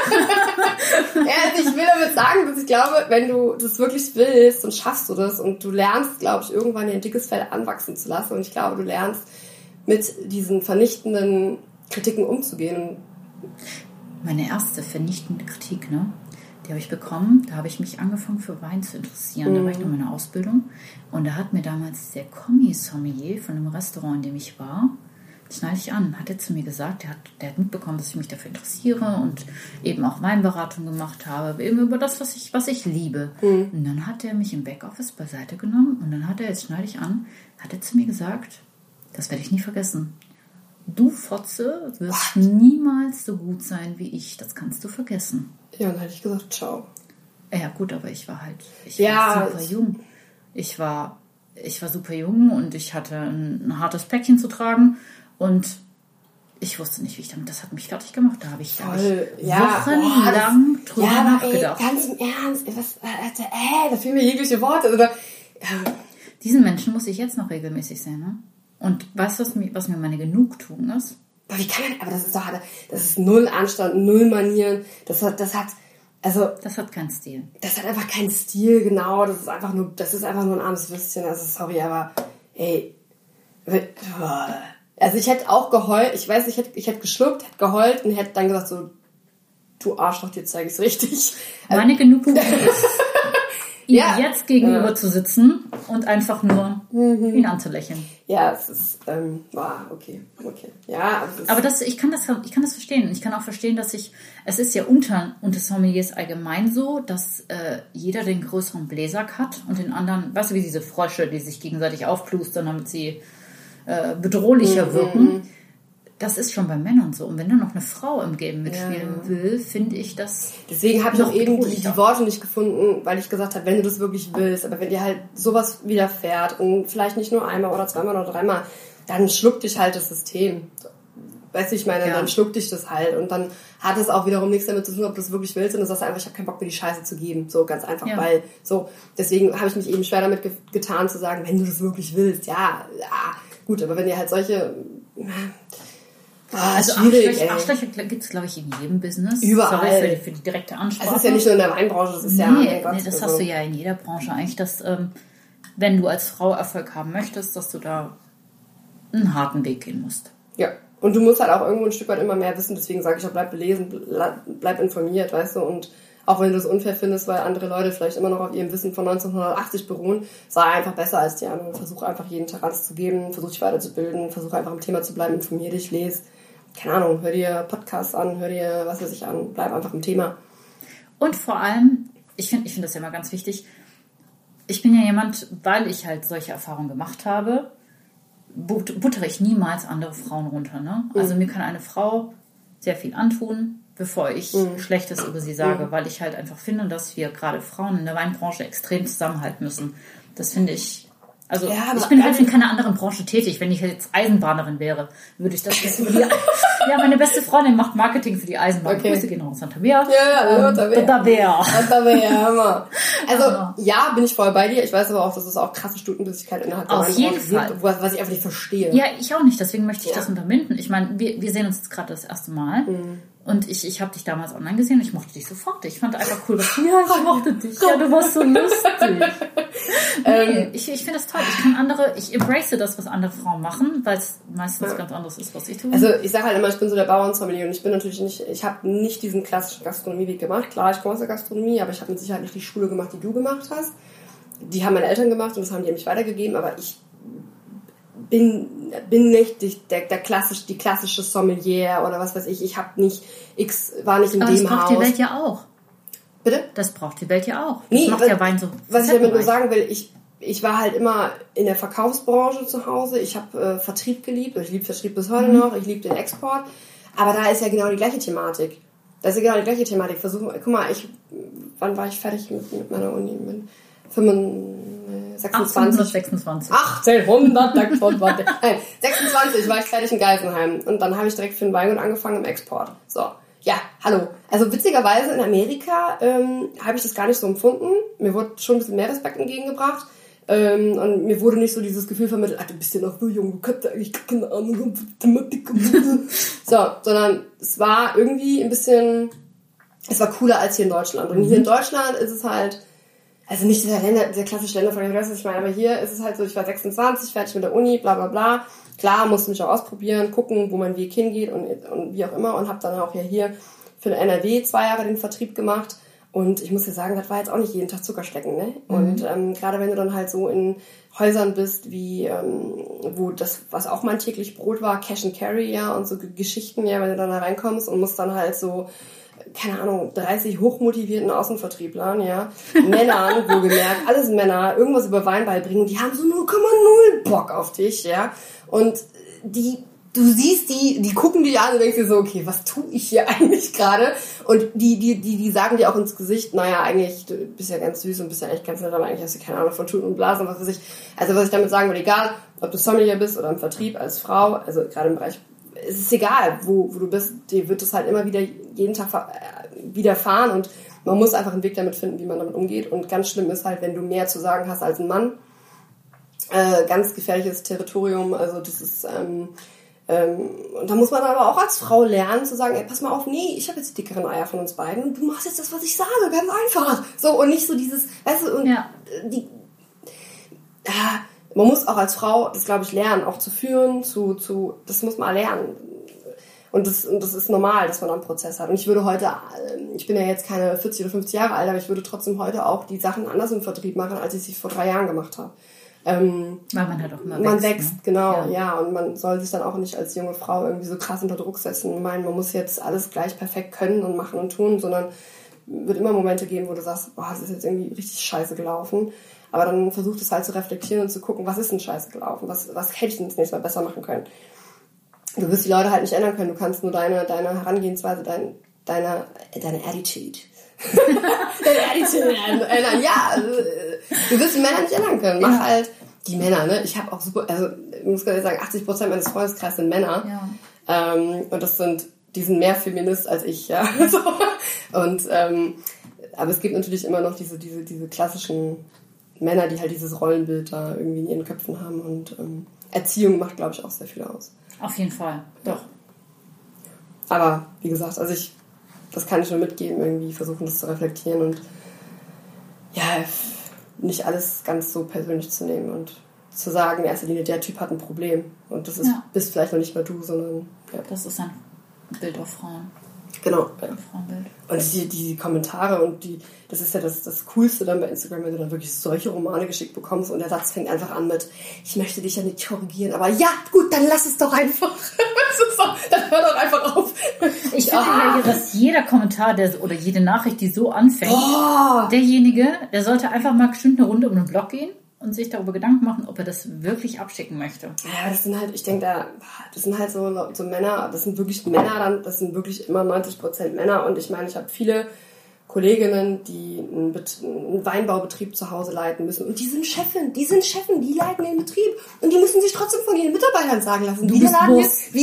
Ich will damit sagen, dass ich glaube, wenn du das wirklich willst, dann schaffst du das. Und du lernst, glaube ich, irgendwann dir ein dickes Fell anwachsen zu lassen. Und ich glaube, du lernst, mit diesen vernichtenden Kritiken umzugehen. Meine erste vernichtende Kritik, ne? Die habe ich bekommen, da habe ich mich angefangen für Wein zu interessieren. Da war ich noch in meiner Ausbildung und da hat mir damals der Kommis-Sommelier von dem Restaurant, in dem ich war, das schneide ich an, hat er zu mir gesagt, der hat mitbekommen, dass ich mich dafür interessiere und eben auch Weinberatung gemacht habe, eben über das, was ich liebe. Und dann hat er mich im Backoffice beiseite genommen und dann hat er, jetzt schneide ich an, hat er zu mir gesagt, das werde ich nie vergessen, du Fotze wirst niemals so gut sein wie ich. Das kannst du vergessen. Ja, dann hätte ich gesagt, ciao. Ja gut, aber ich war super jung. Ich war super jung und ich hatte ein hartes Päckchen zu tragen und ich wusste nicht, wie ich damit, das hat mich fertig gemacht. Da habe ich wochenlang drüber nachgedacht. Ey, ganz im Ernst, da fehlen mir jegliche Worte. Oder, Diesen Menschen muss ich jetzt noch regelmäßig sehen, ne? Und weißt du, was mir meine Genugtuung ist? Aber wie kann man, aber das ist null Anstand, null Manieren. Das hat keinen Stil. Das hat einfach keinen Stil, genau. Das ist einfach nur ein armes Würstchen. Also sorry, aber ey. Also ich hätte auch geheult, ich weiß, ich hätte geschluckt, hätte geheult und hätte dann gesagt so, du Arschloch, dir zeige ich's richtig. Meine Genugtuung ist, ihm jetzt gegenüber zu sitzen und einfach nur ihn anzulächeln. Ja, es ist, okay. Ja, aber ich kann das verstehen. Ich kann auch verstehen, dass es ist ja unter Sommeliers allgemein so, dass jeder den größeren Bläsack hat und den anderen, weißt du, wie diese Frösche, die sich gegenseitig aufplustern, damit sie bedrohlicher wirken. Das ist schon bei Männern so. Und wenn dann noch eine Frau im Game mitspielen will, finde ich das. Deswegen habe ich auch eben die Worte nicht gefunden, weil ich gesagt habe, wenn du das wirklich willst, aber wenn dir halt sowas widerfährt und vielleicht nicht nur einmal oder zweimal oder dreimal, dann schluckt dich halt das System. Weißt du, ich meine, dann schluckt dich das halt und dann hat es auch wiederum nichts damit zu tun, ob du es wirklich willst und du sagst einfach, ich habe keinen Bock, mir die Scheiße zu geben. So, ganz einfach, weil so, deswegen habe ich mich eben schwer damit getan zu sagen, wenn du das wirklich willst, gut, aber wenn ihr halt solche... also Arschlöcher gibt es, glaube ich, in jedem Business. Überall. Sorry für die direkte Ansprache. Das ist ja nicht nur in der Weinbranche, das ist das hast du ja in jeder Branche eigentlich, dass wenn du als Frau Erfolg haben möchtest, dass du da einen harten Weg gehen musst. Ja, und du musst halt auch irgendwo ein Stück weit immer mehr wissen, deswegen sage ich auch, bleib belesen, bleib informiert, weißt du, und auch wenn du das unfair findest, weil andere Leute vielleicht immer noch auf ihrem Wissen von 1980 beruhen, sei einfach besser als die anderen. Versuch einfach jeden Tag alles zu geben, versuch dich weiterzubilden, versuch einfach im Thema zu bleiben, informier dich, lese. Keine Ahnung, hör dir Podcasts an, hör dir was weiß ich an, bleib einfach im Thema. Und vor allem, ich finde das ja immer ganz wichtig, ich bin ja jemand, weil ich halt solche Erfahrungen gemacht habe, buttere ich niemals andere Frauen runter. Ne? Also mir kann eine Frau sehr viel antun, bevor ich Schlechtes über sie sage, weil ich halt einfach finde, dass wir gerade Frauen in der Weinbranche extrem zusammenhalten müssen. Das finde ich, also ich bin halt in keiner anderen Branche tätig. Wenn ich jetzt Eisenbahnerin wäre, würde ich das wissen. Ja, meine beste Freundin macht Marketing für die Eisenbahn. Okay. Grüße gehen raus an Tabea. Ja, Tabea, hör mal. Also, bin ich voll bei dir. Ich weiß aber auch, dass es auch krasse Stutenbissigkeit innerhalb der Weinbranche gibt. Auf jeden Fall. Was ich einfach nicht verstehe. Ja, ich auch nicht. Deswegen möchte ich das unterbinden. Ich meine, wir sehen uns jetzt gerade das erste Mal. Und ich habe dich damals online gesehen und ich mochte dich sofort. Ich fand einfach cool, was ich mochte dich. Ja, du warst so lustig. Ich finde das toll. Ich embrace das, was andere Frauen machen, weil es meistens ganz anderes ist, was ich tue. Also ich sage halt immer, ich bin so der Bauernsommelier und ich habe nicht diesen klassischen Gastronomieweg gemacht. Klar, ich komme aus der Gastronomie, aber ich habe mit Sicherheit nicht die Schule gemacht, die du gemacht hast. Die haben meine Eltern gemacht und das haben die mich weitergegeben, aber ich bin nicht die klassische Sommelier oder was weiß ich. Ich habe nicht, war nicht in aber dem Haus. Das braucht die Welt ja auch. Bitte? Das braucht die Welt ja auch. Das macht ja Wein so. Was ich damit nur sagen will, ich war halt immer in der Verkaufsbranche zu Hause. Ich habe Vertrieb geliebt. Ich liebe Vertrieb bis heute noch. Ich liebe den Export. Aber da ist ja genau die gleiche Thematik. Guck mal, wann war ich fertig mit meiner Uni? Mit 1826. 1826. Nein, 26 war ich fertig in Geisenheim. Und dann habe ich direkt für den Weingut angefangen im Export. So. Ja, hallo. Also witzigerweise in Amerika habe ich das gar nicht so empfunden. Mir wurde schon ein bisschen mehr Respekt entgegengebracht. Und mir wurde nicht so dieses Gefühl vermittelt, du bist ja noch so jung, du kannst ja eigentlich keine Ahnung von Mathematik. So, sondern es war irgendwie es war cooler als hier in Deutschland. Und hier in Deutschland ist es halt, also nicht dieser klassische Ländervergleich, was ich meine, aber hier ist es halt so, ich war 26, fertig mit der Uni, bla bla bla. Klar, musste mich auch ausprobieren, gucken, wo mein Weg hingeht und wie auch immer und habe dann auch hier für den NRW 2 Jahre den Vertrieb gemacht. Und ich muss dir sagen, das war jetzt auch nicht jeden Tag Zuckerschlecken, ne? Und gerade wenn du dann halt so in Häusern bist, wie wo das, was auch mein täglich Brot war, Cash and Carry, ja, und so Geschichten, ja, wenn du dann da reinkommst und musst dann halt so, keine Ahnung, 30 hochmotivierten Außenvertrieblern, ja, Männern, wohlgemerkt, alles Männer, irgendwas über Wein beibringen, die haben so 0,0 Bock auf dich, ja, und die du siehst die gucken dich an und denkst dir so, okay, was tue ich hier eigentlich gerade? Und die sagen dir auch ins Gesicht, naja, eigentlich, du bist ja ganz süß und bist ja echt ganz nett, aber eigentlich hast du keine Ahnung von Tuten und Blasen, was weiß ich. Also was ich damit sagen will, egal, ob du Sommelier bist oder im Vertrieb als Frau, also gerade im Bereich, es ist egal, wo du bist, dir wird es halt immer wieder jeden Tag widerfahren und man muss einfach einen Weg damit finden, wie man damit umgeht. Und ganz schlimm ist halt, wenn du mehr zu sagen hast als ein Mann. Ganz gefährliches Territorium, also das ist... und da muss man aber auch als Frau lernen zu sagen, ey, pass mal auf, nee, ich habe jetzt die dickeren Eier von uns beiden und du machst jetzt das, was ich sage, ganz einfach. So, und nicht so dieses, weißt du, und man muss auch als Frau, das glaube ich, lernen, auch zu führen, das muss man lernen. Und das ist normal, dass man einen Prozess hat. Und ich würde heute, ich bin ja jetzt keine 40 oder 50 Jahre alt, aber ich würde trotzdem heute auch die Sachen anders im Vertrieb machen, als ich sie vor 3 Jahren gemacht habe. Weil man halt auch immer wächst. Man wächst, ne? Genau, ja. Und man soll sich dann auch nicht als junge Frau irgendwie so krass unter Druck setzen und meinen, man muss jetzt alles gleich perfekt können und machen und tun, sondern wird immer Momente geben, wo du sagst, boah, das ist jetzt irgendwie richtig scheiße gelaufen. Aber dann versucht es halt zu reflektieren und zu gucken, was ist denn scheiße gelaufen? Was hätte ich denn das nächste Mal besser machen können? Du wirst die Leute halt nicht ändern können. Du kannst nur deine Herangehensweise, deine Attitude. Deine Attitude ändern. Ja, du wirst die Männer nicht ändern können. Mach halt die Männer, ne? Ich habe auch super, also ich muss ganz ehrlich sagen, 80% meines Freundeskreises sind Männer. Ja. Und die sind mehr Feminist als ich, ja. So. Und aber es gibt natürlich immer noch diese klassischen Männer, die halt dieses Rollenbild da irgendwie in ihren Köpfen haben. Und Erziehung macht, glaube ich, auch sehr viel aus. Auf jeden Fall, doch. Aber wie gesagt, also das kann ich nur mitgeben, irgendwie versuchen, das zu reflektieren und ja, nicht alles ganz so persönlich zu nehmen und zu sagen, in erster Linie, der Typ hat ein Problem. Und das bist vielleicht noch nicht mal du, sondern... Ja. Das ist ein Bild auf Frauen. Genau. Ein Frauenbild. Und die Kommentare und das ist ja das Coolste dann bei Instagram, wenn du dann wirklich solche Romane geschickt bekommst und der Satz fängt einfach an mit, ich möchte dich ja nicht korrigieren, aber ja, gut, dann lass es doch einfach. Dann hör doch einfach auf. Ich finde ja, dass jeder Kommentar oder jede Nachricht, die so anfängt, derjenige, der sollte einfach mal bestimmt eine Runde um den Block gehen und sich darüber Gedanken machen, ob er das wirklich abschicken möchte. Ja, das sind halt, ich denke, das sind halt so Männer, das sind wirklich Männer dann, das sind wirklich immer 90% Männer und ich meine, ich habe viele Kolleginnen, die einen Weinbaubetrieb zu Hause leiten müssen und die sind Chefen, die leiten den Betrieb und die müssen sich trotzdem von ihren Mitarbeitern sagen lassen, wie der Laden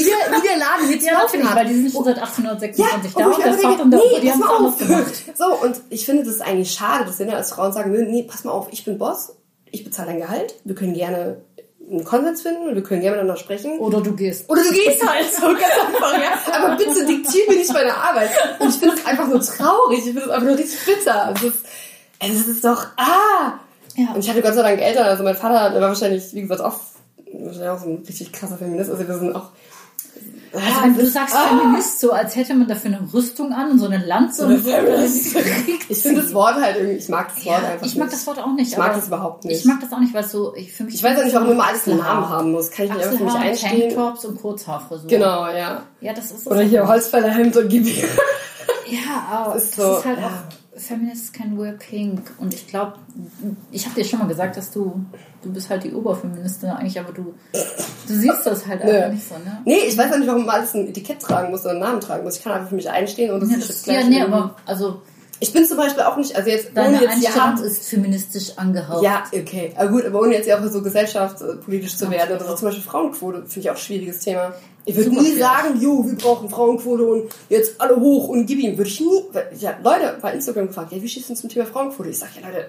jetzt ja, natürlich, weil die sind schon seit 1826 da und der Vater und der Opa, die haben es anders gemacht. So, und ich finde, das ist eigentlich schade, dass wir als Frauen sagen, nee, pass mal auf, ich bin Boss, ich bezahle dein Gehalt, wir können gerne einen Konsens finden und wir können gerne miteinander sprechen. Oder du gehst halt, so ganz einfach, ja. Aber bitte diktier mir nicht meine Arbeit. Und ich finde es einfach nur traurig, ich finde es einfach nur richtig bitter. Es ist doch, Ja. Und ich hatte Gott sei Dank Eltern, also mein Vater, der war wahrscheinlich, wie gesagt, auch so ein richtig krasser Feminist, also wir sind auch... Also wenn du sagst Feminist, so als hätte man dafür eine Rüstung an und so eine Lanze und ich finde das Wort halt irgendwie, ich mag das Wort einfach nicht. Ich mag das Wort auch nicht. Ich mag das überhaupt nicht. Ich mag das auch nicht, weil es so, für mich... Ich weiß auch nicht, warum immer alles einen Namen haben muss. Kann ich nicht einfach für mich einstehen? Tanktops und Kurzhaarfrisur. Genau, ja. Ja, das ist es. Oder hier Holzfällerhemd und gib mir. Ja, aber das ist halt auch... Feminists can wear pink. Und ich glaube, ich habe dir schon mal gesagt, dass du bist halt die Oberfeministin eigentlich, aber du siehst das halt einfach nicht so, ne? Nee, ich weiß auch nicht, warum man alles ein Etikett tragen muss oder einen Namen tragen muss. Ich kann einfach für mich einstehen und das ist jetzt gleich... Ja, aber also... Ich bin zum Beispiel auch nicht, also jetzt deine ohne jetzt Einstellung ist feministisch angehaucht. Ja, okay. Aber gut, aber ohne jetzt ja auch so gesellschaftspolitisch zu werden. Oder so zum Beispiel Frauenquote, finde ich auch ein schwieriges Thema. Ich würde nie sagen, wir brauchen Frauenquote und jetzt alle hoch und gib ihm. Würde ich nie... Ja, Leute bei Instagram gefragt, wie stehst du zum Thema Frauenquote? Ich sage, ja Leute,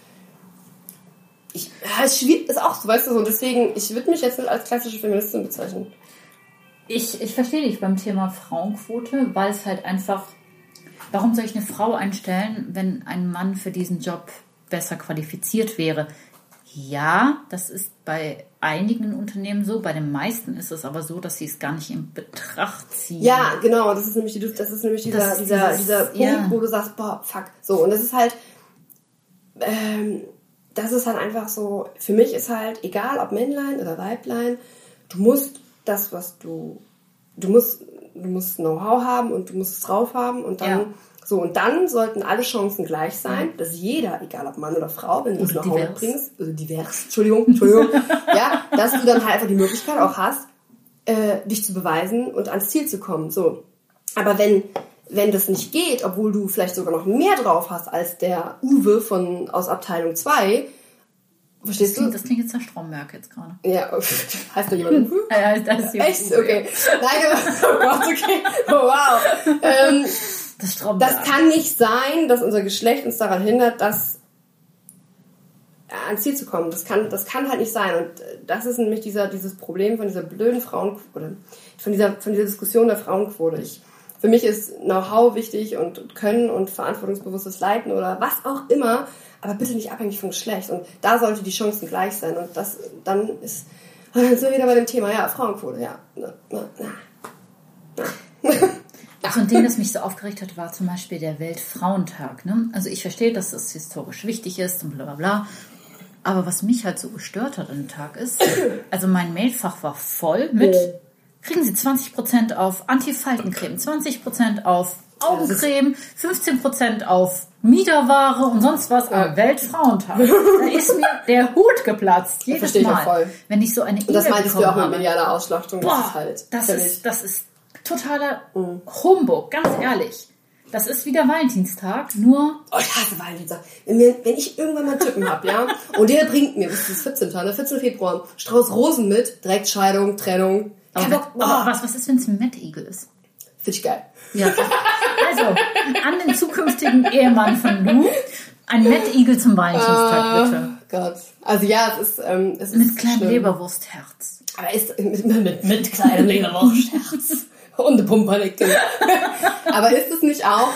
ist auch so, weißt du so. Und deswegen, ich würde mich jetzt nicht als klassische Feministin bezeichnen. Ich verstehe dich beim Thema Frauenquote, weil es halt einfach... Warum soll ich eine Frau einstellen, wenn ein Mann für diesen Job besser qualifiziert wäre? Ja, das ist bei einigen Unternehmen so, bei den meisten ist es aber so, dass sie es gar nicht in Betracht ziehen. Ja, genau, das ist nämlich dieser Punkt, wo du sagst, boah, fuck. So, und das ist halt, einfach so, für mich ist halt, egal ob Männlein oder Weiblein, du musst das, was du musst Know-how haben und du musst es drauf haben und dann und dann sollten alle Chancen gleich sein, dass jeder, egal ob Mann oder Frau, wenn du es Know-how mitbringst, also divers, Entschuldigung, ja, dass du dann halt einfach die Möglichkeit auch hast, dich zu beweisen und ans Ziel zu kommen. So. Aber wenn das nicht geht, obwohl du vielleicht sogar noch mehr drauf hast als der Uwe aus Abteilung 2, verstehst du? Das klingt jetzt nach Stromberg jetzt gerade. Ja, heißt da jemand Uwe? Ja, das ist echt? Okay. Nein, oh Gott, okay. Oh, wow. Das kann nicht sein, dass unser Geschlecht uns daran hindert, ans Ziel zu kommen. Das kann halt nicht sein. Und das ist nämlich dieses Problem von dieser blöden Frauenquote, von dieser Diskussion der Frauenquote. Für mich ist Know-how wichtig und Können und verantwortungsbewusstes Leiten oder was auch immer, aber bitte nicht abhängig vom Geschlecht. Und da sollte die Chancen gleich sein. Und dann sind wir wieder bei dem Thema, ja, Frauenquote, ja. So ein Ding, das mich so aufgeregt hat, war zum Beispiel der Weltfrauentag. Ne? Also ich verstehe, dass das historisch wichtig ist und bla bla bla. Aber was mich halt so gestört hat an dem Tag ist, also mein Mailfach war voll mit, kriegen Sie 20% auf Antifaltencreme, 20% auf Augencreme, 15% auf Miederware und sonst was am Weltfrauentag. Da ist mir der Hut geplatzt. Jedes Mal. Voll. Wenn ich so eine E-Mail das meintest du auch mit medialer Ausschlachtung. Das ist totaler Humbug, ganz ehrlich. Das ist wieder Valentinstag, nur... Oh, ich hasse Valentinstag. Wenn ich irgendwann mal einen Typen habe, ja, und der bringt mir, bis 14. Februar, Strauß Rosen mit, direkt Scheidung, Trennung. Aber was ist, wenn es ein Mad Eagle ist? Finde ich geil. Ja, also, an den zukünftigen Ehemann von Lou, ein Mad Eagle zum Valentinstag, bitte. Gott. Also ja, es ist mit kleinem Leberwurstherz. Aber mit kleinem Leberwurstherz. Und Pumpernickel. Aber ist es nicht auch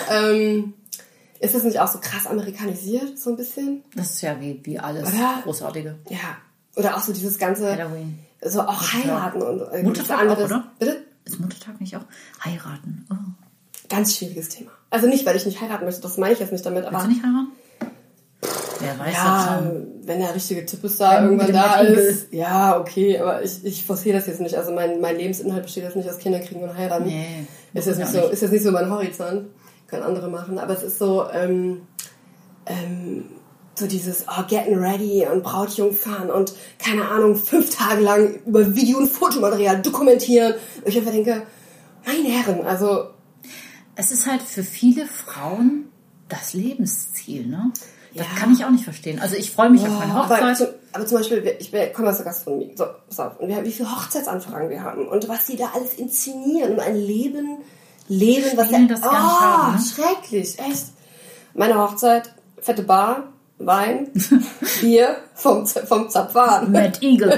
so krass amerikanisiert, so ein bisschen? Das ist ja wie alles Großartige. Ja. Oder auch so dieses ganze... Halloween. So auch heiraten und... Muttertag anderes. Auch, oder? Bitte? Ist Muttertag nicht auch? Heiraten. Oh. Ganz schwieriges Thema. Also nicht, weil ich nicht heiraten möchte, das meine ich jetzt nicht damit. Willst du nicht heiraten? Wer weiß das schon. Wenn der richtige Typ ist da irgendwann da ist. Ja, okay, aber ich forciere das jetzt nicht. Also mein Lebensinhalt besteht jetzt nicht aus Kinderkriegen und heiraten. Nee. Ist jetzt nicht so mein Horizont. Können andere machen. Aber es ist so, so dieses getting ready und Brautjungfern und keine Ahnung, 5 Tage lang über Video- und Fotomaterial dokumentieren. Und ich einfach denke, meine Herren, also... Es ist halt für viele Frauen das Lebensziel, ne? Das kann ich auch nicht verstehen. Also ich freue mich auf meine Hochzeit. Aber zum Beispiel, ich komme aus der Gastronomie. So, pass auf. Und wie viele Hochzeitsanfragen wir haben und was die da alles inszenieren und ein Leben, was das gar nicht haben, ne? Schrecklich, echt. Meine Hochzeit, fette Bar, Wein, Bier vom Zapfhahn. Mad Eagle.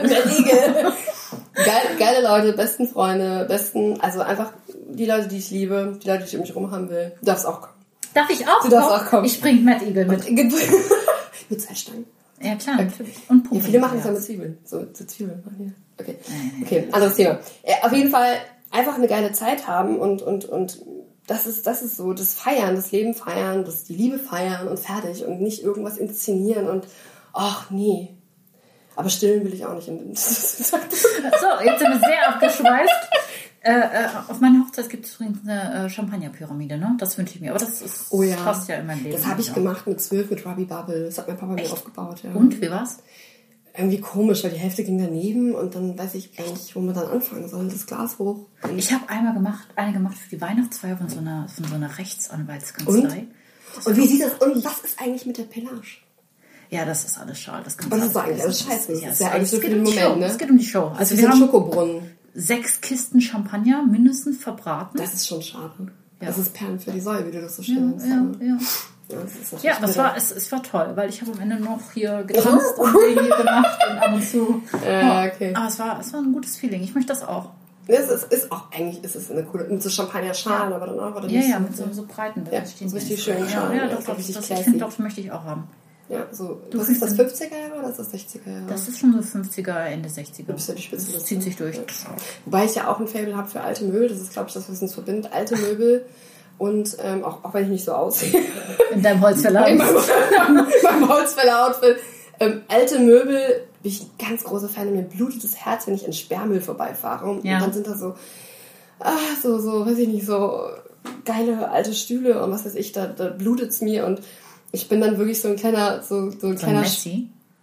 Geile Leute, besten Freunde, also einfach die Leute, die ich liebe, die Leute, die ich um mich rum haben will. Du darfst auch kommen. Darf ich auch? Du darfst auch kommen. Ich bring Mad Eagle mit. Mit Salzstangen. Ja, klar, natürlich. Und Pumpen. Ja, viele machen das ja mit Zwiebeln. So Zwiebeln. Okay, anderes Thema. Auf jeden Fall einfach eine geile Zeit haben und das ist so, das Feiern, das Leben feiern, die Liebe feiern und fertig und nicht irgendwas inszenieren und ach nee. Aber stillen will ich auch nicht. So, jetzt sind wir sehr abgeschweißt. Auf meiner Hochzeit gibt es übrigens eine Champagnerpyramide, ne? Das wünsche ich mir. Aber das passt ja in mein Leben. Das habe ich gemacht mit 12 mit Robbie Bubble. Das hat mein Papa mir aufgebaut. Ja. Und, wie war's? Irgendwie komisch, weil die Hälfte ging daneben und dann weiß ich eigentlich, wo man dann anfangen soll. Das Glas hoch. Ich habe eine gemacht für die Weihnachtsfeier von so einer Rechtsanwaltskanzlei. Und wie sieht das? Und was ist eigentlich mit der Pillage? Ja, das ist alles schade. Das ist eigentlich alles scheiße. Das ist ja eigentlich so für den Moment, ne? Es geht um die Show. Also wir haben Schokobrunnen. 6 Kisten Champagner mindestens verbraten. Das ist schon schade. Ja. Das ist Perlen für die Säue, wie du das so schön nennst. Ja, es war toll, weil ich habe am Ende noch hier getanzt und hier gemacht und ab und zu. Ja, okay. Aber es war ein gutes Feeling. Ich möchte das auch. Eigentlich ist es eine coole, mit so Champagner-Schalen, aber dann auch, oder nicht? Ja, mit so breiten. Ja, so richtig schönen Schalen. Ja, doch, das möchte ich auch haben. Ja, so. Was ist das, 50er Jahre oder ist das 60er Jahre? Das ist schon so 50er, Ende 60er. Du bist ja die Spitze. Das zieht sich durch. Ja. Wobei ich ja auch ein Faible habe für alte Möbel. Das ist, glaube ich, das, was uns verbindet. Alte Möbel und auch wenn ich nicht so aussehe. In deinem Holzfäller. In meinem Holzfäller-Outfit. Alte Möbel bin ich ein ganz großer Fan. Und mir blutet das Herz, wenn ich in Sperrmüll vorbeifahre. Und dann sind da so, weiß ich nicht, so geile alte Stühle und was weiß ich, da blutet's mir und ich bin dann wirklich so ein kleiner... Messi?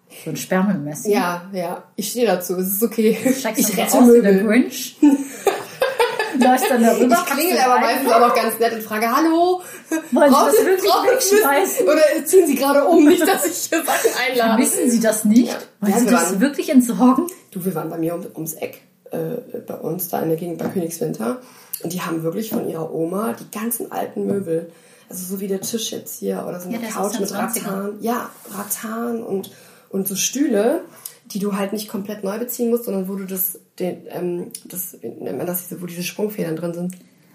So ein Sperrmüllmessi. Ja, ich stehe dazu, es ist okay. Ich rette aus wie der Grinch. Läufst dann darüber. Ich klingel aber meistens auch noch ganz nett und frage, hallo, wollen Sie das wirklich wegschmeißen? Oder ziehen Sie gerade um, nicht, dass ich hier Sachen einlade. Wissen Sie das nicht? Wollen Sie das wirklich entsorgen? Du, wir waren bei mir ums Eck, bei uns da in der Gegend bei Königswinter. Und die haben wirklich von ihrer Oma die ganzen alten Möbel, also so wie der Tisch jetzt hier oder so eine Couch mit Rattan. Ja, Rattan und so Stühle, die du halt nicht komplett neu beziehen musst, sondern wo du wie nennt man das, wo diese Sprungfedern drin sind.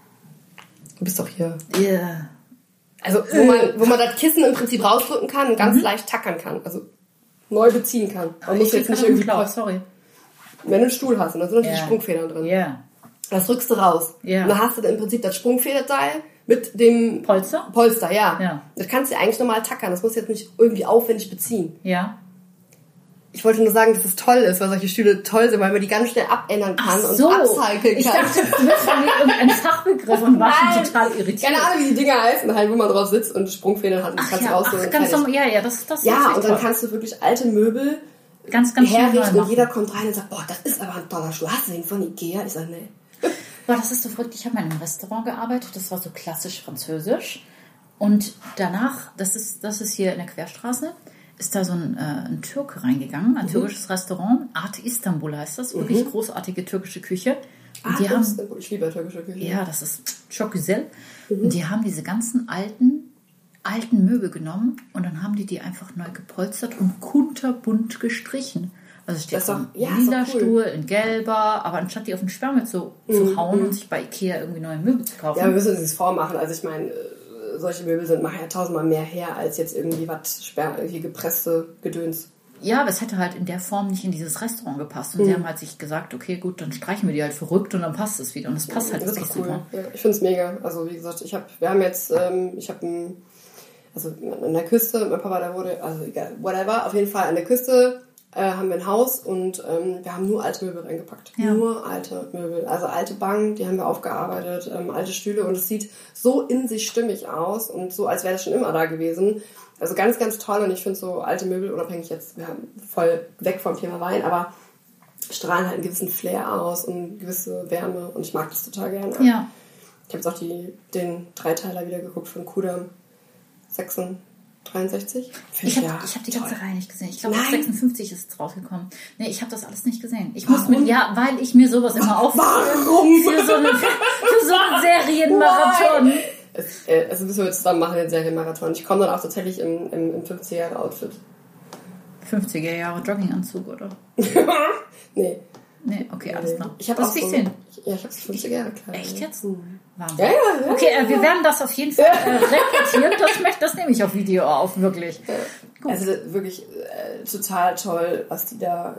Du bist doch hier. Yeah. Also wo man das Kissen im Prinzip rausdrücken kann und ganz leicht tackern kann. Also neu beziehen kann. Man muss jetzt nicht irgendwie... Sorry. Wenn du einen Stuhl hast und da sind natürlich Sprungfedern drin. Ja. Das rückst du raus. Ja. Und dann hast du dann im Prinzip das Sprungfederteil mit dem Polster, ja. Das kannst du eigentlich normal tackern. Das musst du jetzt nicht irgendwie aufwendig beziehen. Ja. Ich wollte nur sagen, dass es toll ist, weil solche Stühle toll sind, weil man die ganz schnell abändern kann und upcyclen kann. Ich dachte, du bist von irgendein Fachbegriff und war schon total irritiert. Keine Ahnung, wie die Dinger heißen, halt, wo man drauf sitzt und Sprungfedern hat und kannst rausholen. Das ja, und dann kannst du wirklich alte Möbel ganz herrichten und jeder kommt rein und sagt, boah, das ist aber ein toller Stuhl. Hast du den von Ikea? Ich sag, nee. Boah, das ist so verrückt. Ich habe mal in einem Restaurant gearbeitet, das war so klassisch französisch. Und danach, das ist hier in der Querstraße, ist da so ein Türke reingegangen, ein türkisches Restaurant. Art Istanbul heißt das, wirklich großartige türkische Küche. Und die haben, ich liebe türkische Küche. Ja, das ist çok güzel. Und die haben diese ganzen alten Möbel genommen und dann haben die einfach neu gepolstert und kunterbunt gestrichen. Also steht so ein lila Stuhl, ein gelber, aber anstatt die auf den Sperrmüll zu hauen und sich bei Ikea irgendwie neue Möbel zu kaufen. Ja, wir müssen uns das vormachen. Also ich meine, solche Möbel machen ja tausendmal mehr her, als jetzt irgendwie irgendwie gepresste Gedöns. Ja, aber es hätte halt in der Form nicht in dieses Restaurant gepasst. Und sie haben halt sich gesagt, okay, gut, dann streichen wir die halt verrückt und dann passt es wieder. Und es passt halt wirklich cool. Super. Ja, ich finde es mega. Also wie gesagt, wir haben jetzt, also an der Küste, mein Papa, der wurde, also egal, whatever, auf jeden Fall an der Küste haben wir ein Haus und wir haben nur alte Möbel reingepackt. Ja. Nur alte Möbel. Also alte Banken, die haben wir aufgearbeitet, alte Stühle und es sieht so in sich stimmig aus und so, als wäre das schon immer da gewesen. Also ganz, ganz toll und ich finde so alte Möbel, unabhängig jetzt, wir haben voll weg vom Thema Wein, aber strahlen halt einen gewissen Flair aus und eine gewisse Wärme und ich mag das total gerne. Ja. Ich habe jetzt auch den Dreiteiler wieder geguckt von Kudam 63. Ich habe die ganze Reihe nicht gesehen. Ich glaube, 56 ist rausgekommen. Nee, ich habe das alles nicht gesehen. Weil ich mir sowas immer aufbaue. Warum? Für so einen Serienmarathon. Also müssen wir jetzt zusammen machen, den Serienmarathon. Ich komme dann auch tatsächlich im 50er-Jahre-Outfit. 50er Jahre Jogginganzug, oder? Nee. Nee, okay, alles klar. Ich habe das 50er Jahre Kleid. Echt jetzt? Wahnsinn. Ja. Okay, wir werden das auf jeden Fall reportieren. Das nehme ich auf Video auf, wirklich. Gut. Also wirklich total toll, was die da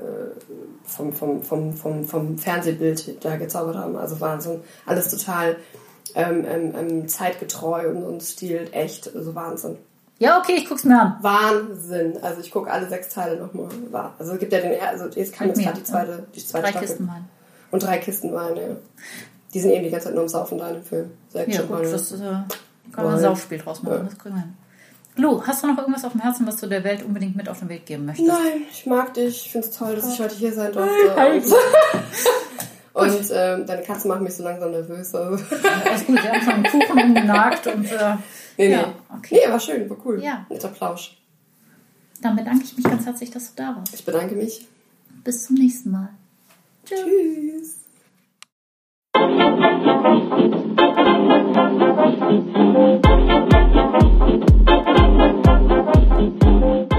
vom Fernsehbild da gezaubert haben. Also Wahnsinn. Alles total zeitgetreu und stilt echt. Also Wahnsinn. Ja, okay, ich guck's mir an. Wahnsinn. Also ich gucke alle 6 Teile nochmal. Also es gibt ja jetzt kam jetzt gerade die zweite 3 Kisten Wein. Und 3 Kisten Wein, ja. Die sind eben die ganze Zeit nur am Saufen da in dem Film. Ja gut, das kann man ein Saufspiel draus machen. Ja. Das kriegen wir hin. Lu, hast du noch irgendwas auf dem Herzen, was du der Welt unbedingt mit auf den Weg geben möchtest? Nein, ich mag dich. Ich finde es toll, dass ich heute hier sein durfte. Und deine Katze macht mich so langsam nervös. Also. Alles gut, wir haben schon einen Kuchen umgenagt und Nee, okay. Nee, war schön, war cool. Ja. Netter Plausch. Dann bedanke ich mich ganz herzlich, dass du da warst. Ich bedanke mich. Bis zum nächsten Mal. Tschüss. Tschüss.